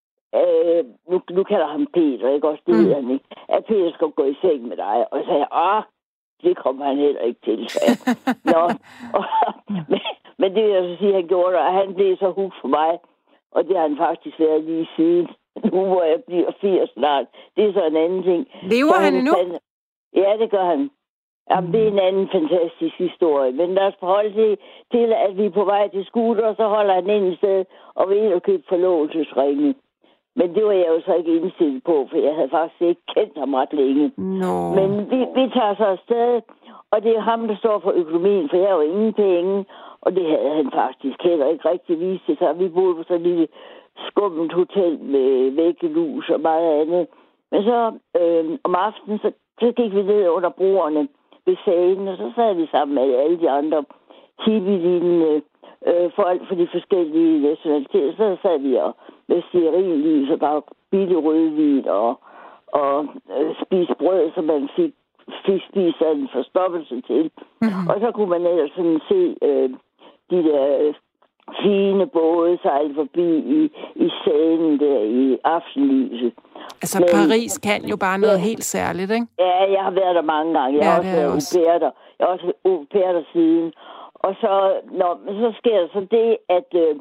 øh, nu, nu kalder han Peter, ikke også, det mm. ved han ikke, at Peter skal gå i seng med dig. Og jeg sagde, ah, det kommer han heller ikke til, sagde Nå, og, men, men det vil jeg så sige, han gjorde det, og han blev så hooked for mig, og det har han faktisk været lige siden. Nu hvor jeg bliver firs snart. Det er så en anden ting. Lever han endnu? Fan... Ja, det gør han. Jamen, mm. det er en anden fantastisk historie. Men lad os forholde til, til, at vi er på vej til scooter, og så holder han ind i sted og vil ind og købe forlovelsesringe. Men det var jeg jo så ikke indstillet på, for jeg havde faktisk ikke kendt ham ret længe. No. Men vi, vi tager så afsted, og det er ham, der står for økonomien, for jeg har jo ingen penge, og det havde han faktisk heller ikke rigtig vist til sig. Vi boede på sådan en lille skummelt hotel med væggelus og meget andet. Men så øh, om aftenen, så, så gik vi ned under broerne ved sagen, og så sad vi sammen med alle de andre hippie-lignende øh, folk for de forskellige nationaliteter. Så sad vi og med stearinlys og bare billig rødvin og, og øh, spise brød, som man fik, fik spist af en forstoppelse til. Mm-hmm. Og så kunne man ellers sådan se øh, de der øh, fine både sejle forbi i, i salen der i aftenlyset. Altså men, Paris kan jo bare noget ja, helt særligt, ikke? Ja, jeg har været der mange gange. Jeg ja, har også været au pair der. Jeg har også au pair der siden. Og så, når, så sker der så det, at øh,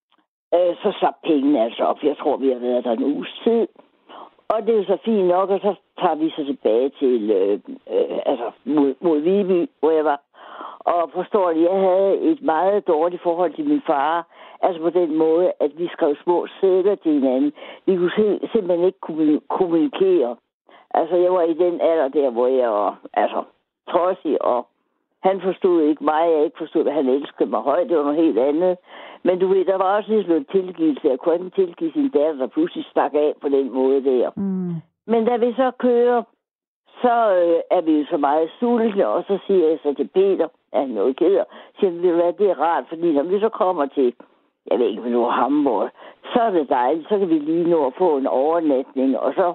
øh, så slap pengene altså op. Jeg tror, vi har været der en uges tid. Og det er så fint nok, og så tager vi så tilbage til øh, øh, altså mod, mod Viby, hvor jeg var. Og forstår at jeg havde et meget dårligt forhold til min far. Altså på den måde, at vi skrev små sædler til hinanden. Vi kunne sim- simpelthen ikke kommunikere. Altså jeg var i den alder der, hvor jeg var altså trodsig, og han forstod ikke mig, jeg ikke forstod, at han elskede mig højt. Det var noget helt andet. Men du ved, der var også lidt noget tilgivelse. Jeg kunne ikke tilgive sin datter, der pludselig stak af på den måde der. Mm. Men da vi så kører, så øh, er vi jo så meget sultne, og så siger jeg så til Peter, at han er noget keder, siger, ved du hvad, det er rart, fordi når vi så kommer til, jeg ved ikke, hvad nu Hamburg, så er det dejligt, så kan vi lige nå at få en overnatning, og så,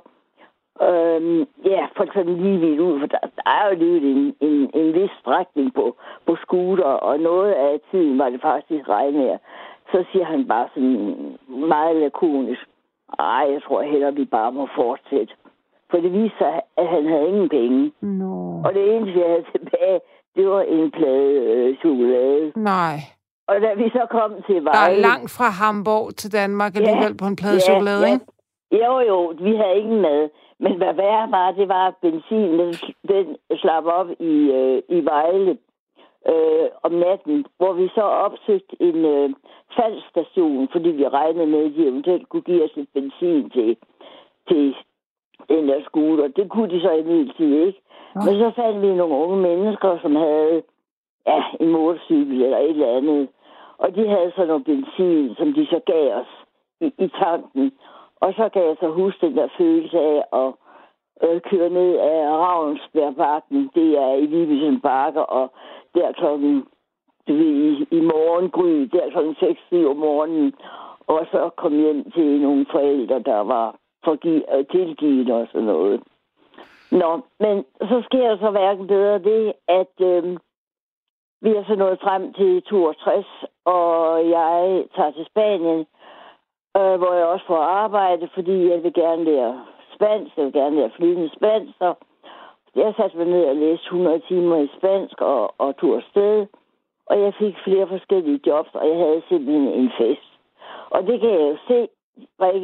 øhm, ja, for sådan lige vidt ud, for der, der er jo lige en, en, en vis strækning på, på scooter, og noget af tiden var det faktisk regnvejr. Så siger han bare sådan meget lakonisk, ej, jeg tror heller, vi bare må fortsætte. For det viste sig, at han havde ingen penge. No. Og det eneste, jeg havde tilbage, det var en plade øh, chokolade. Nej. Og da vi så kom til Vejle... Der er langt fra Hamburg til Danmark alligevel ja, på en plade ja, chokolade, ja. Ikke? Jo, jo, vi havde ingen mad. Men hvad værre var, det var, at benzin, den, den slap op i, øh, i Vejle øh, om natten, hvor vi så opsøgte en øh, faldstation, fordi vi regnede med, at de eventuelt kunne give os lidt benzin til, til den der scooter. Det kunne de så imidlertid ikke. Ja. Men så fandt vi nogle unge mennesker, som havde ja, en motorcykel eller et eller andet. Og de havde så noget benzin, som de så gav os i, i tanken. Og så kan jeg så huske den der følelse af at øh, køre ned af Ravnsbjergbakken. Det er i Vibisen Bakker, og der klokken du ved, i, i morgengry, der klokken seks om morgenen. Og så kom hjem til nogle forældre, der var forgive, tilgivet og sådan noget. Nå, men så sker der så hverken bedre det, at øh, vi er så nået frem til toogtres, og jeg tager til Spanien, øh, hvor jeg også får arbejde, fordi jeg vil gerne lære spansk, jeg vil gerne lære flydende spansk, så jeg satte mig ned og læste hundrede timer i spansk og, og tog afsted, og jeg fik flere forskellige jobs, og jeg havde simpelthen en fest. Og det kan jeg jo se, Rikke,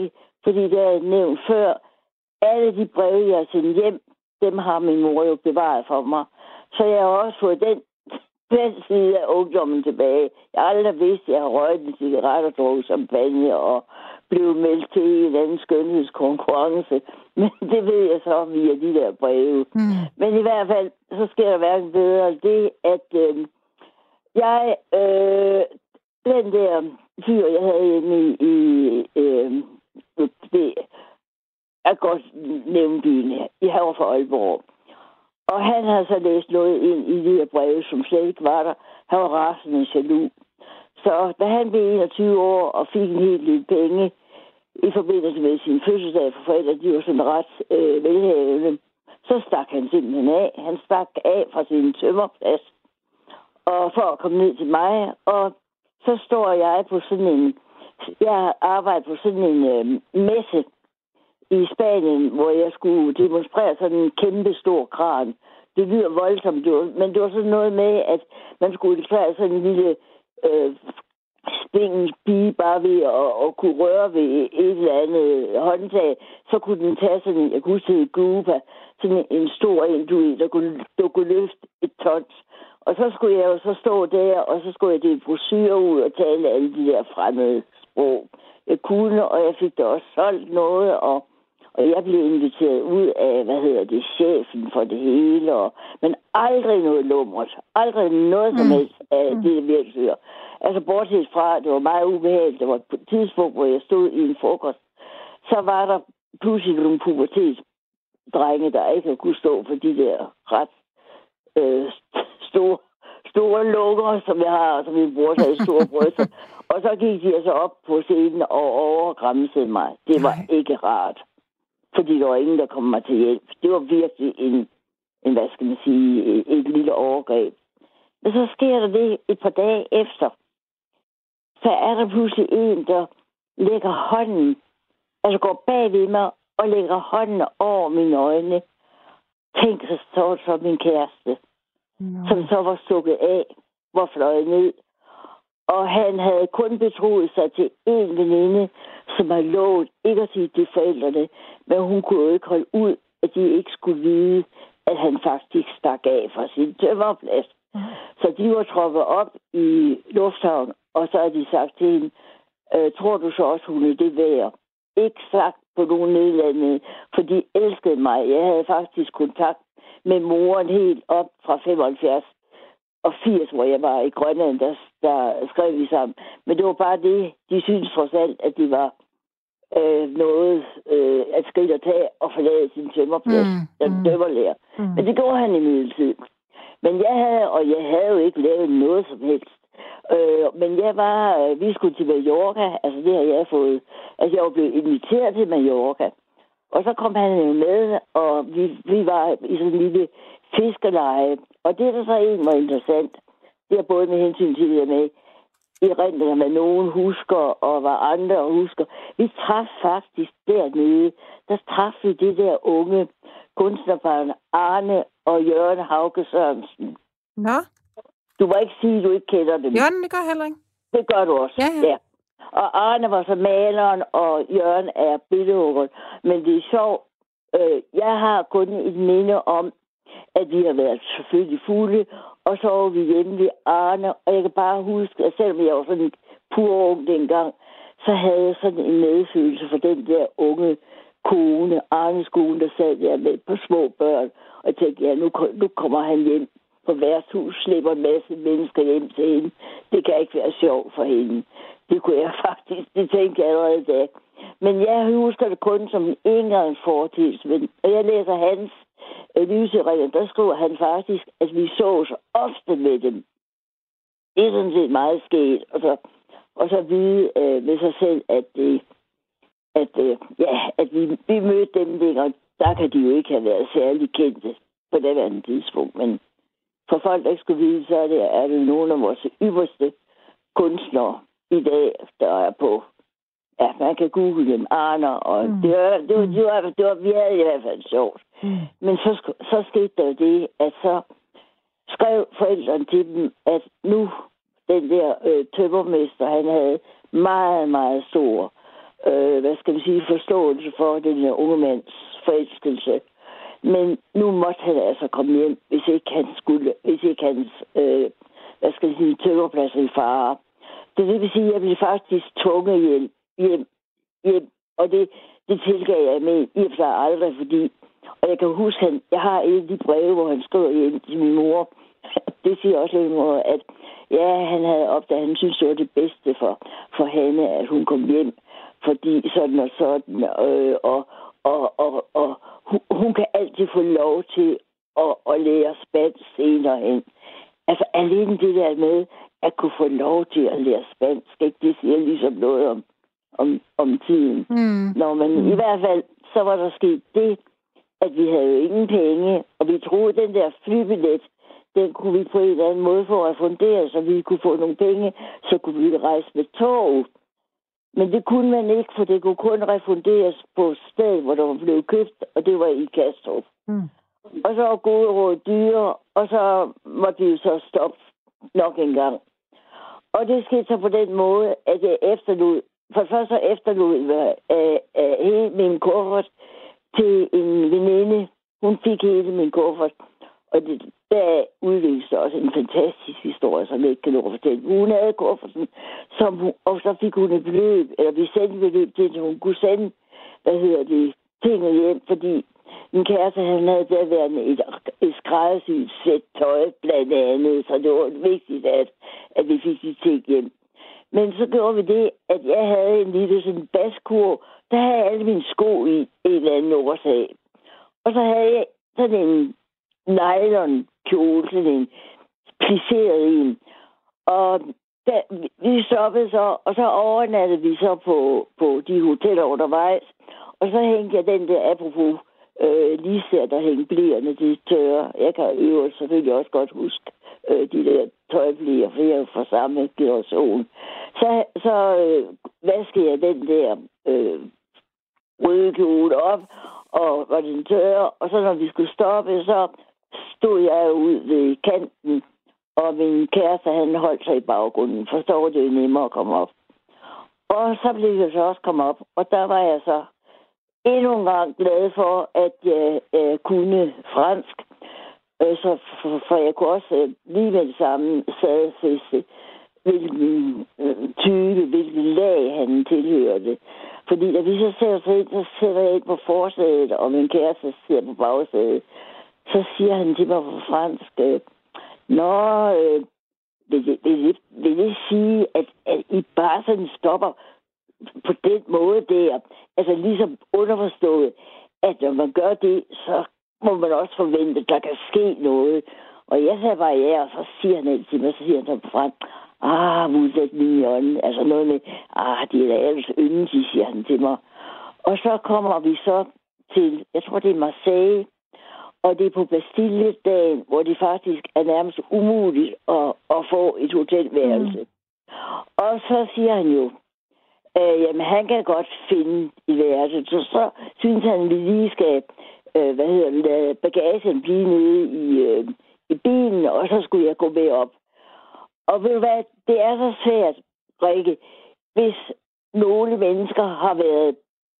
Fordi det er nævnt før, alle de breve, jeg har sendt hjem, dem har min mor jo bevaret for mig. Så jeg har også fået den, den side af ungdommen tilbage. Jeg har aldrig vidst, at jeg har røget en cigaret og drukket champagne og blevet meldt til en anden skønhedskonkurrence. Men det ved jeg så via de der breve. Mm. Men i hvert fald, så sker der hverken bedre det, at øh, jeg, øh, den der fyr, jeg havde hjemme i, i øh, det er godt nævnt byen her, i Haver for Aalborg. Og han havde så læst noget ind i de her breve, som slet ikke var der. Han var rasende jaloux. Så da han blev enogtyve år og fik en helt lille penge i forbindelse med sin fødselsdag for forældre, de var sådan ret øh, velhavende, så stak han simpelthen af. Han stak af fra sin tømmerplads og for at komme ned til mig. Og så står jeg på sådan en, jeg arbejder på sådan en øh, messe i Spanien, hvor jeg skulle demonstrere sådan en kæmpe stor kran. Det lyder voldsomt, men det var sådan noget med, at man skulle demonstrere sådan en lille øh, spingens pige bare ved at, at kunne røre ved et eller andet håndtag. Så kunne den tage sådan en, jeg kunne huske Guba, sådan en stor en, du, der kunne, der kunne løfte et tons. Og så skulle jeg jo så stå der, og så skulle jeg dele brosyrer ud og tale alle de der fremmede sprog. Jeg kunne, og jeg fik da også solgt noget, og Og jeg blev inviteret ud af, hvad hedder det, chefen for det hele. Og, men aldrig noget lummert. Aldrig noget som helst af mm. det virksomheder. Altså bortset fra, det var meget ubehageligt. Der var et tidspunkt, hvor jeg stod i en frokost. Så var der pludselig nogle pubertetsdrenge, der ikke kunne stå for de der ret øh, store, store lunger, som jeg har, som min bror havde store bryster. Og så gik de altså op på scenen og overgræmsede mig. Det var ikke rart. Fordi der var ingen, der kom mig til hjælp. Det var virkelig en, en hvad skal man sige, et, et lille overgreb. Men så sker der det et par dage efter. Så er der pludselig en, der lægger hånden, altså går bag ved mig og lægger hånden over mine øjne. Tænk sig så, så min kæreste, no. som så var stukket af, var fløjet ned. Og han havde kun betroet sig til en veninde, som havde lovet ikke at sige til forældrene, men hun kunne jo ikke holde ud, at de ikke skulle vide, at han faktisk stak af fra sin tømmerplads. Mm. Så de var troppet op i lufthavn, og så havde de sagt til hende, øh, tror du så også, hun er det værd? Ikke sagt på nogen nedlandede, for de elskede mig. Jeg havde faktisk kontakt med moren helt op fra femoghalvfjerds og firs, hvor jeg var i Grønland, der, der skrev vi sammen. Men det var bare det, de syntes trods alt, at det var øh, noget øh, at skride og tage og forlade sin tømmerplads, mm, den mm. dømmerlærer. Mm. Men det gjorde han i midlertid. Men jeg havde, og jeg havde jo ikke lavet noget som helst. Øh, men jeg var, øh, vi skulle til Mallorca, altså det har jeg fået, altså jeg var blevet inviteret til Mallorca. Og så kom han jo med, og vi, vi var i sådan en lille fiskeleje. Og det, der så egentlig var interessant, det er både med hensyn til det med erindringer, hvad nogen husker, og hvad andre husker. Vi traf faktisk dernede, der traf vi det der unge kunstnerbarn Arne og Jørgen Hauge Sørensen. Nå? Du må ikke sige, at du ikke kender dem. Jørgen, det gør heller ikke. Det gør du også, ja. ja. ja. Og Arne var så maleren, og Jørgen er billedhuggeren. Men det er sjovt. Øh, jeg har kun et minde om, at vi har været selvfølgelig fulde, og så var vi hjemme ved Arne, og jeg kan bare huske, at selvom jeg var sådan en pur ung dengang, så havde jeg sådan en medfølelse for den der unge kone, Arnes kone, der sad der med på små børn, og jeg tænkte, ja, nu, nu kommer han hjem på værtshus, slipper en masse mennesker hjem til hende. Det kan ikke være sjovt for hende. Det kunne jeg faktisk, det tænkte jeg allerede da. Men jeg husker det kun som en engangsfortidsven, og jeg læser hans øh, livserindringer, der skriver han faktisk, at vi så så ofte med dem. Det er sådan set meget sket, og så, og så vide øh, med sig selv, at, øh, at, øh, ja, at vi, vi mødte dem dengang. Der kan de jo ikke have været særlig kendte på det andet tidspunkt, men for folk, der ikke skulle vide, så er det, er det nogle af vores ypperste kunstnere i dag, der er på. Ja, man kan google dem, Arner, og mm. det, var, det, var, det, var, det var, vi havde i hvert fald sjovt. Mm. Men så, så skete der jo det, at så skrev forældrene til dem, at nu den der øh, tømmermester, han havde meget, meget stor øh, hvad skal man sige, forståelse for den her unge mands forelskelse. Men nu måtte han altså komme hjem, hvis ikke han skulle, hvis ikke hans, øh, hvad skal jeg sige, tømmerplads i fare. Det vil sige, at jeg blev faktisk tvunget hjem, hjem, hjem. Og det, det tilgav jeg med i og for sig aldrig, fordi, og jeg kan huske, at jeg har et af de breve, hvor han skriver hjem til min mor. Det siger også lidt mor, at ja, han havde opdaget, at han synes, det var det bedste for, for hende, at hun kom hjem, fordi sådan og sådan, øh, og, og, og, og hun, hun kan altid få lov til at, at lære spansk senere hen. Altså alene det der med at kunne få lov til at lære spansk, ikke? Det siger ligesom noget om, om, om tiden. Mm. Nå, men mm. i hvert fald, så var der sket det, at vi havde jo ingen penge, og vi troede, den der flybillet, den kunne vi på en eller anden måde få refunderet, så vi kunne få nogle penge, så kunne vi rejse med tog. Men det kunne man ikke, for det kunne kun refunderes på et sted, hvor der var blevet købt, og det var i Kastrup. Mm. Og så var gode råd dyre, og så måtte vi jo så stoppe nok en gang. Og det skete så på den måde, at jeg efterlod, for først så efterlod jeg øh, øh, hele min kuffert til en veninde. Hun fik hele min kuffert, og det, der udviklede også en fantastisk historie, som jeg ikke kan nå at fortælle. Hun havde kufferten, som hun, og så fik hun et beløb, eller vi sendte et beløb til, at hun kunne sende, hvad hedder det, tingene hjem, fordi min kæreste, han havde der været et, et skræddersyet sæt tøj, blandt andet, så det var vigtigt, at, at vi fik de ting hjem. Men så gjorde vi det, at jeg havde en lille sådan baskur, der havde jeg alle mine sko i en eller anden årsag. Og så havde jeg sådan en nylon-kjole, sådan en plisseret en. Og der, vi stoppede så, og så overnattede vi så på, på de hoteller undervejs. Og så hængte jeg den der, apropos øh, lige ser, der hængte blærene, de tørre. Jeg kan jo selvfølgelig også godt huske øh, de der tøjblæer, for jeg er fra samme generation. Så, så øh, vaskede jeg den der øh, røde kjole op, og var den tørre. Og så når vi skulle stoppe, så stod jeg ud ved kanten, og min kæreste, han holdt sig i baggrunden, for så var det jo nemmere at komme op. Og så blev jeg så også kommet op, og der var jeg så endnu en gang glad for, at jeg øh, kunne fransk, øh, så for, for jeg kunne også øh, lige med det samme sadfæste, hvilken øh, type, hvilken lag han tilhørte. Fordi da vi så sætter sig ind, så sætter jeg ind på forsædet, og min kæreste sidder på bagsædet. Så siger han til mig på fransk, øh, Nå, øh, vil, det, vil, det, vil det sige, at, at I bare sådan stopper på den måde der, altså ligesom underforstået, at når man gør det, så må man også forvente, at der kan ske noget. Og jeg sagde bare ja, og så siger han alt til mig, så siger han så på fransk, ah, vous êtes mignon, altså noget med, ah, det er da ellers yndigt, siger han til mig. Og så kommer vi så til, jeg tror det er Marseille, og det er på Bastille-dagen, hvor det faktisk er nærmest umuligt at, at få et hotelværelse. Mm. Og så siger han jo, øh, jamen han kan godt finde i værelset, så så synes han, at vi lige skal, øh, hvad hedder det, lade bagagen blive nede i, øh, i bilen, og så skulle jeg gå med op. Og ved du hvad, det er så svært, Rikke, hvis nogle mennesker har været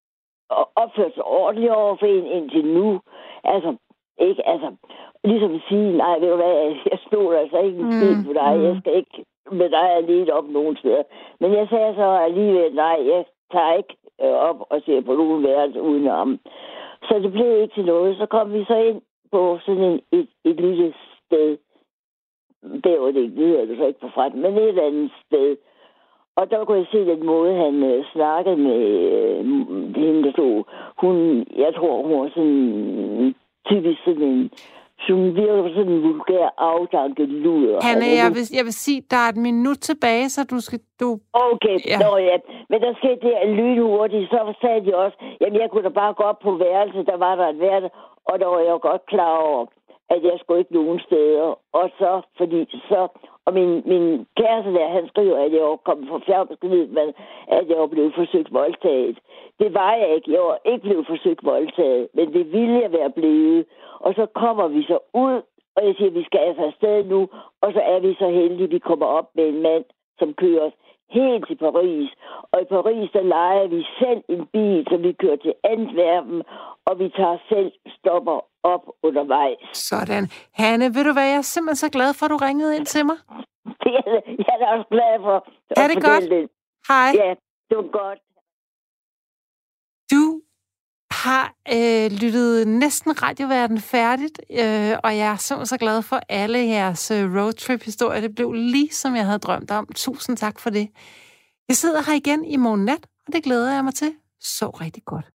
opført sig ordentligt over for en indtil nu, altså ikke, altså, ligesom at sige, nej, ved du hvad, jeg stod altså ikke en skid på dig, jeg skal ikke med dig alene op nogen steder. Men jeg sagde så alligevel, nej, jeg tager ikke øh, op og ser på nogen værelse uden om. Så det blev ikke til noget. Så kom vi så ind på sådan en, et, et lille sted. Der var det ikke, det hedder det så ikke på fransk, men et andet sted. Og der kunne jeg se den måde, han øh, snakkede med øh, hende, der stod. Hun, jeg tror, hun var sådan typisk sådan en, hun virker sådan en vulgær afdanket luder. Hanne, jeg vil, jeg vil sige, der er et minut tilbage, så du skal... Du... Okay, ja. Nå ja. Men der skete det lynhurtigt, så sagde de også, jamen jeg kunne da bare gå op på værelset, der var der et værelse, og der var jeg godt klar over, at jeg skulle ikke nogen steder. Og så, fordi så... Og min, min kæreste der, han skriver, at jeg var kommet fra fjernbesked, men at jeg var blevet forsøgt voldtaget. Det var jeg ikke. Jeg var ikke blevet forsøgt voldtaget, men det ville jeg være blevet. Og så kommer vi så ud, og jeg siger, at vi skal altså afsted nu, og så er vi så heldige, at vi kommer op med en mand, som kører os helt til Paris. Og i Paris, der leger vi selv en bil, så vi kører til Antwerpen, og vi tager selv stopper op undervejs. Sådan. Hanne, ved du hvad, jeg er simpelthen så glad for, at du ringede ind til mig. Det er jeg er også glad for. Er det godt? Det. Hej. Ja, det var godt. Du har øh, lyttet næsten radioverden færdigt, øh, og jeg er simpelthen så glad for alle jeres øh, roadtrip-historier. Det blev lige, som jeg havde drømt om. Tusind tak for det. Jeg sidder her igen i morgen nat, og det glæder jeg mig til. Så rigtig godt.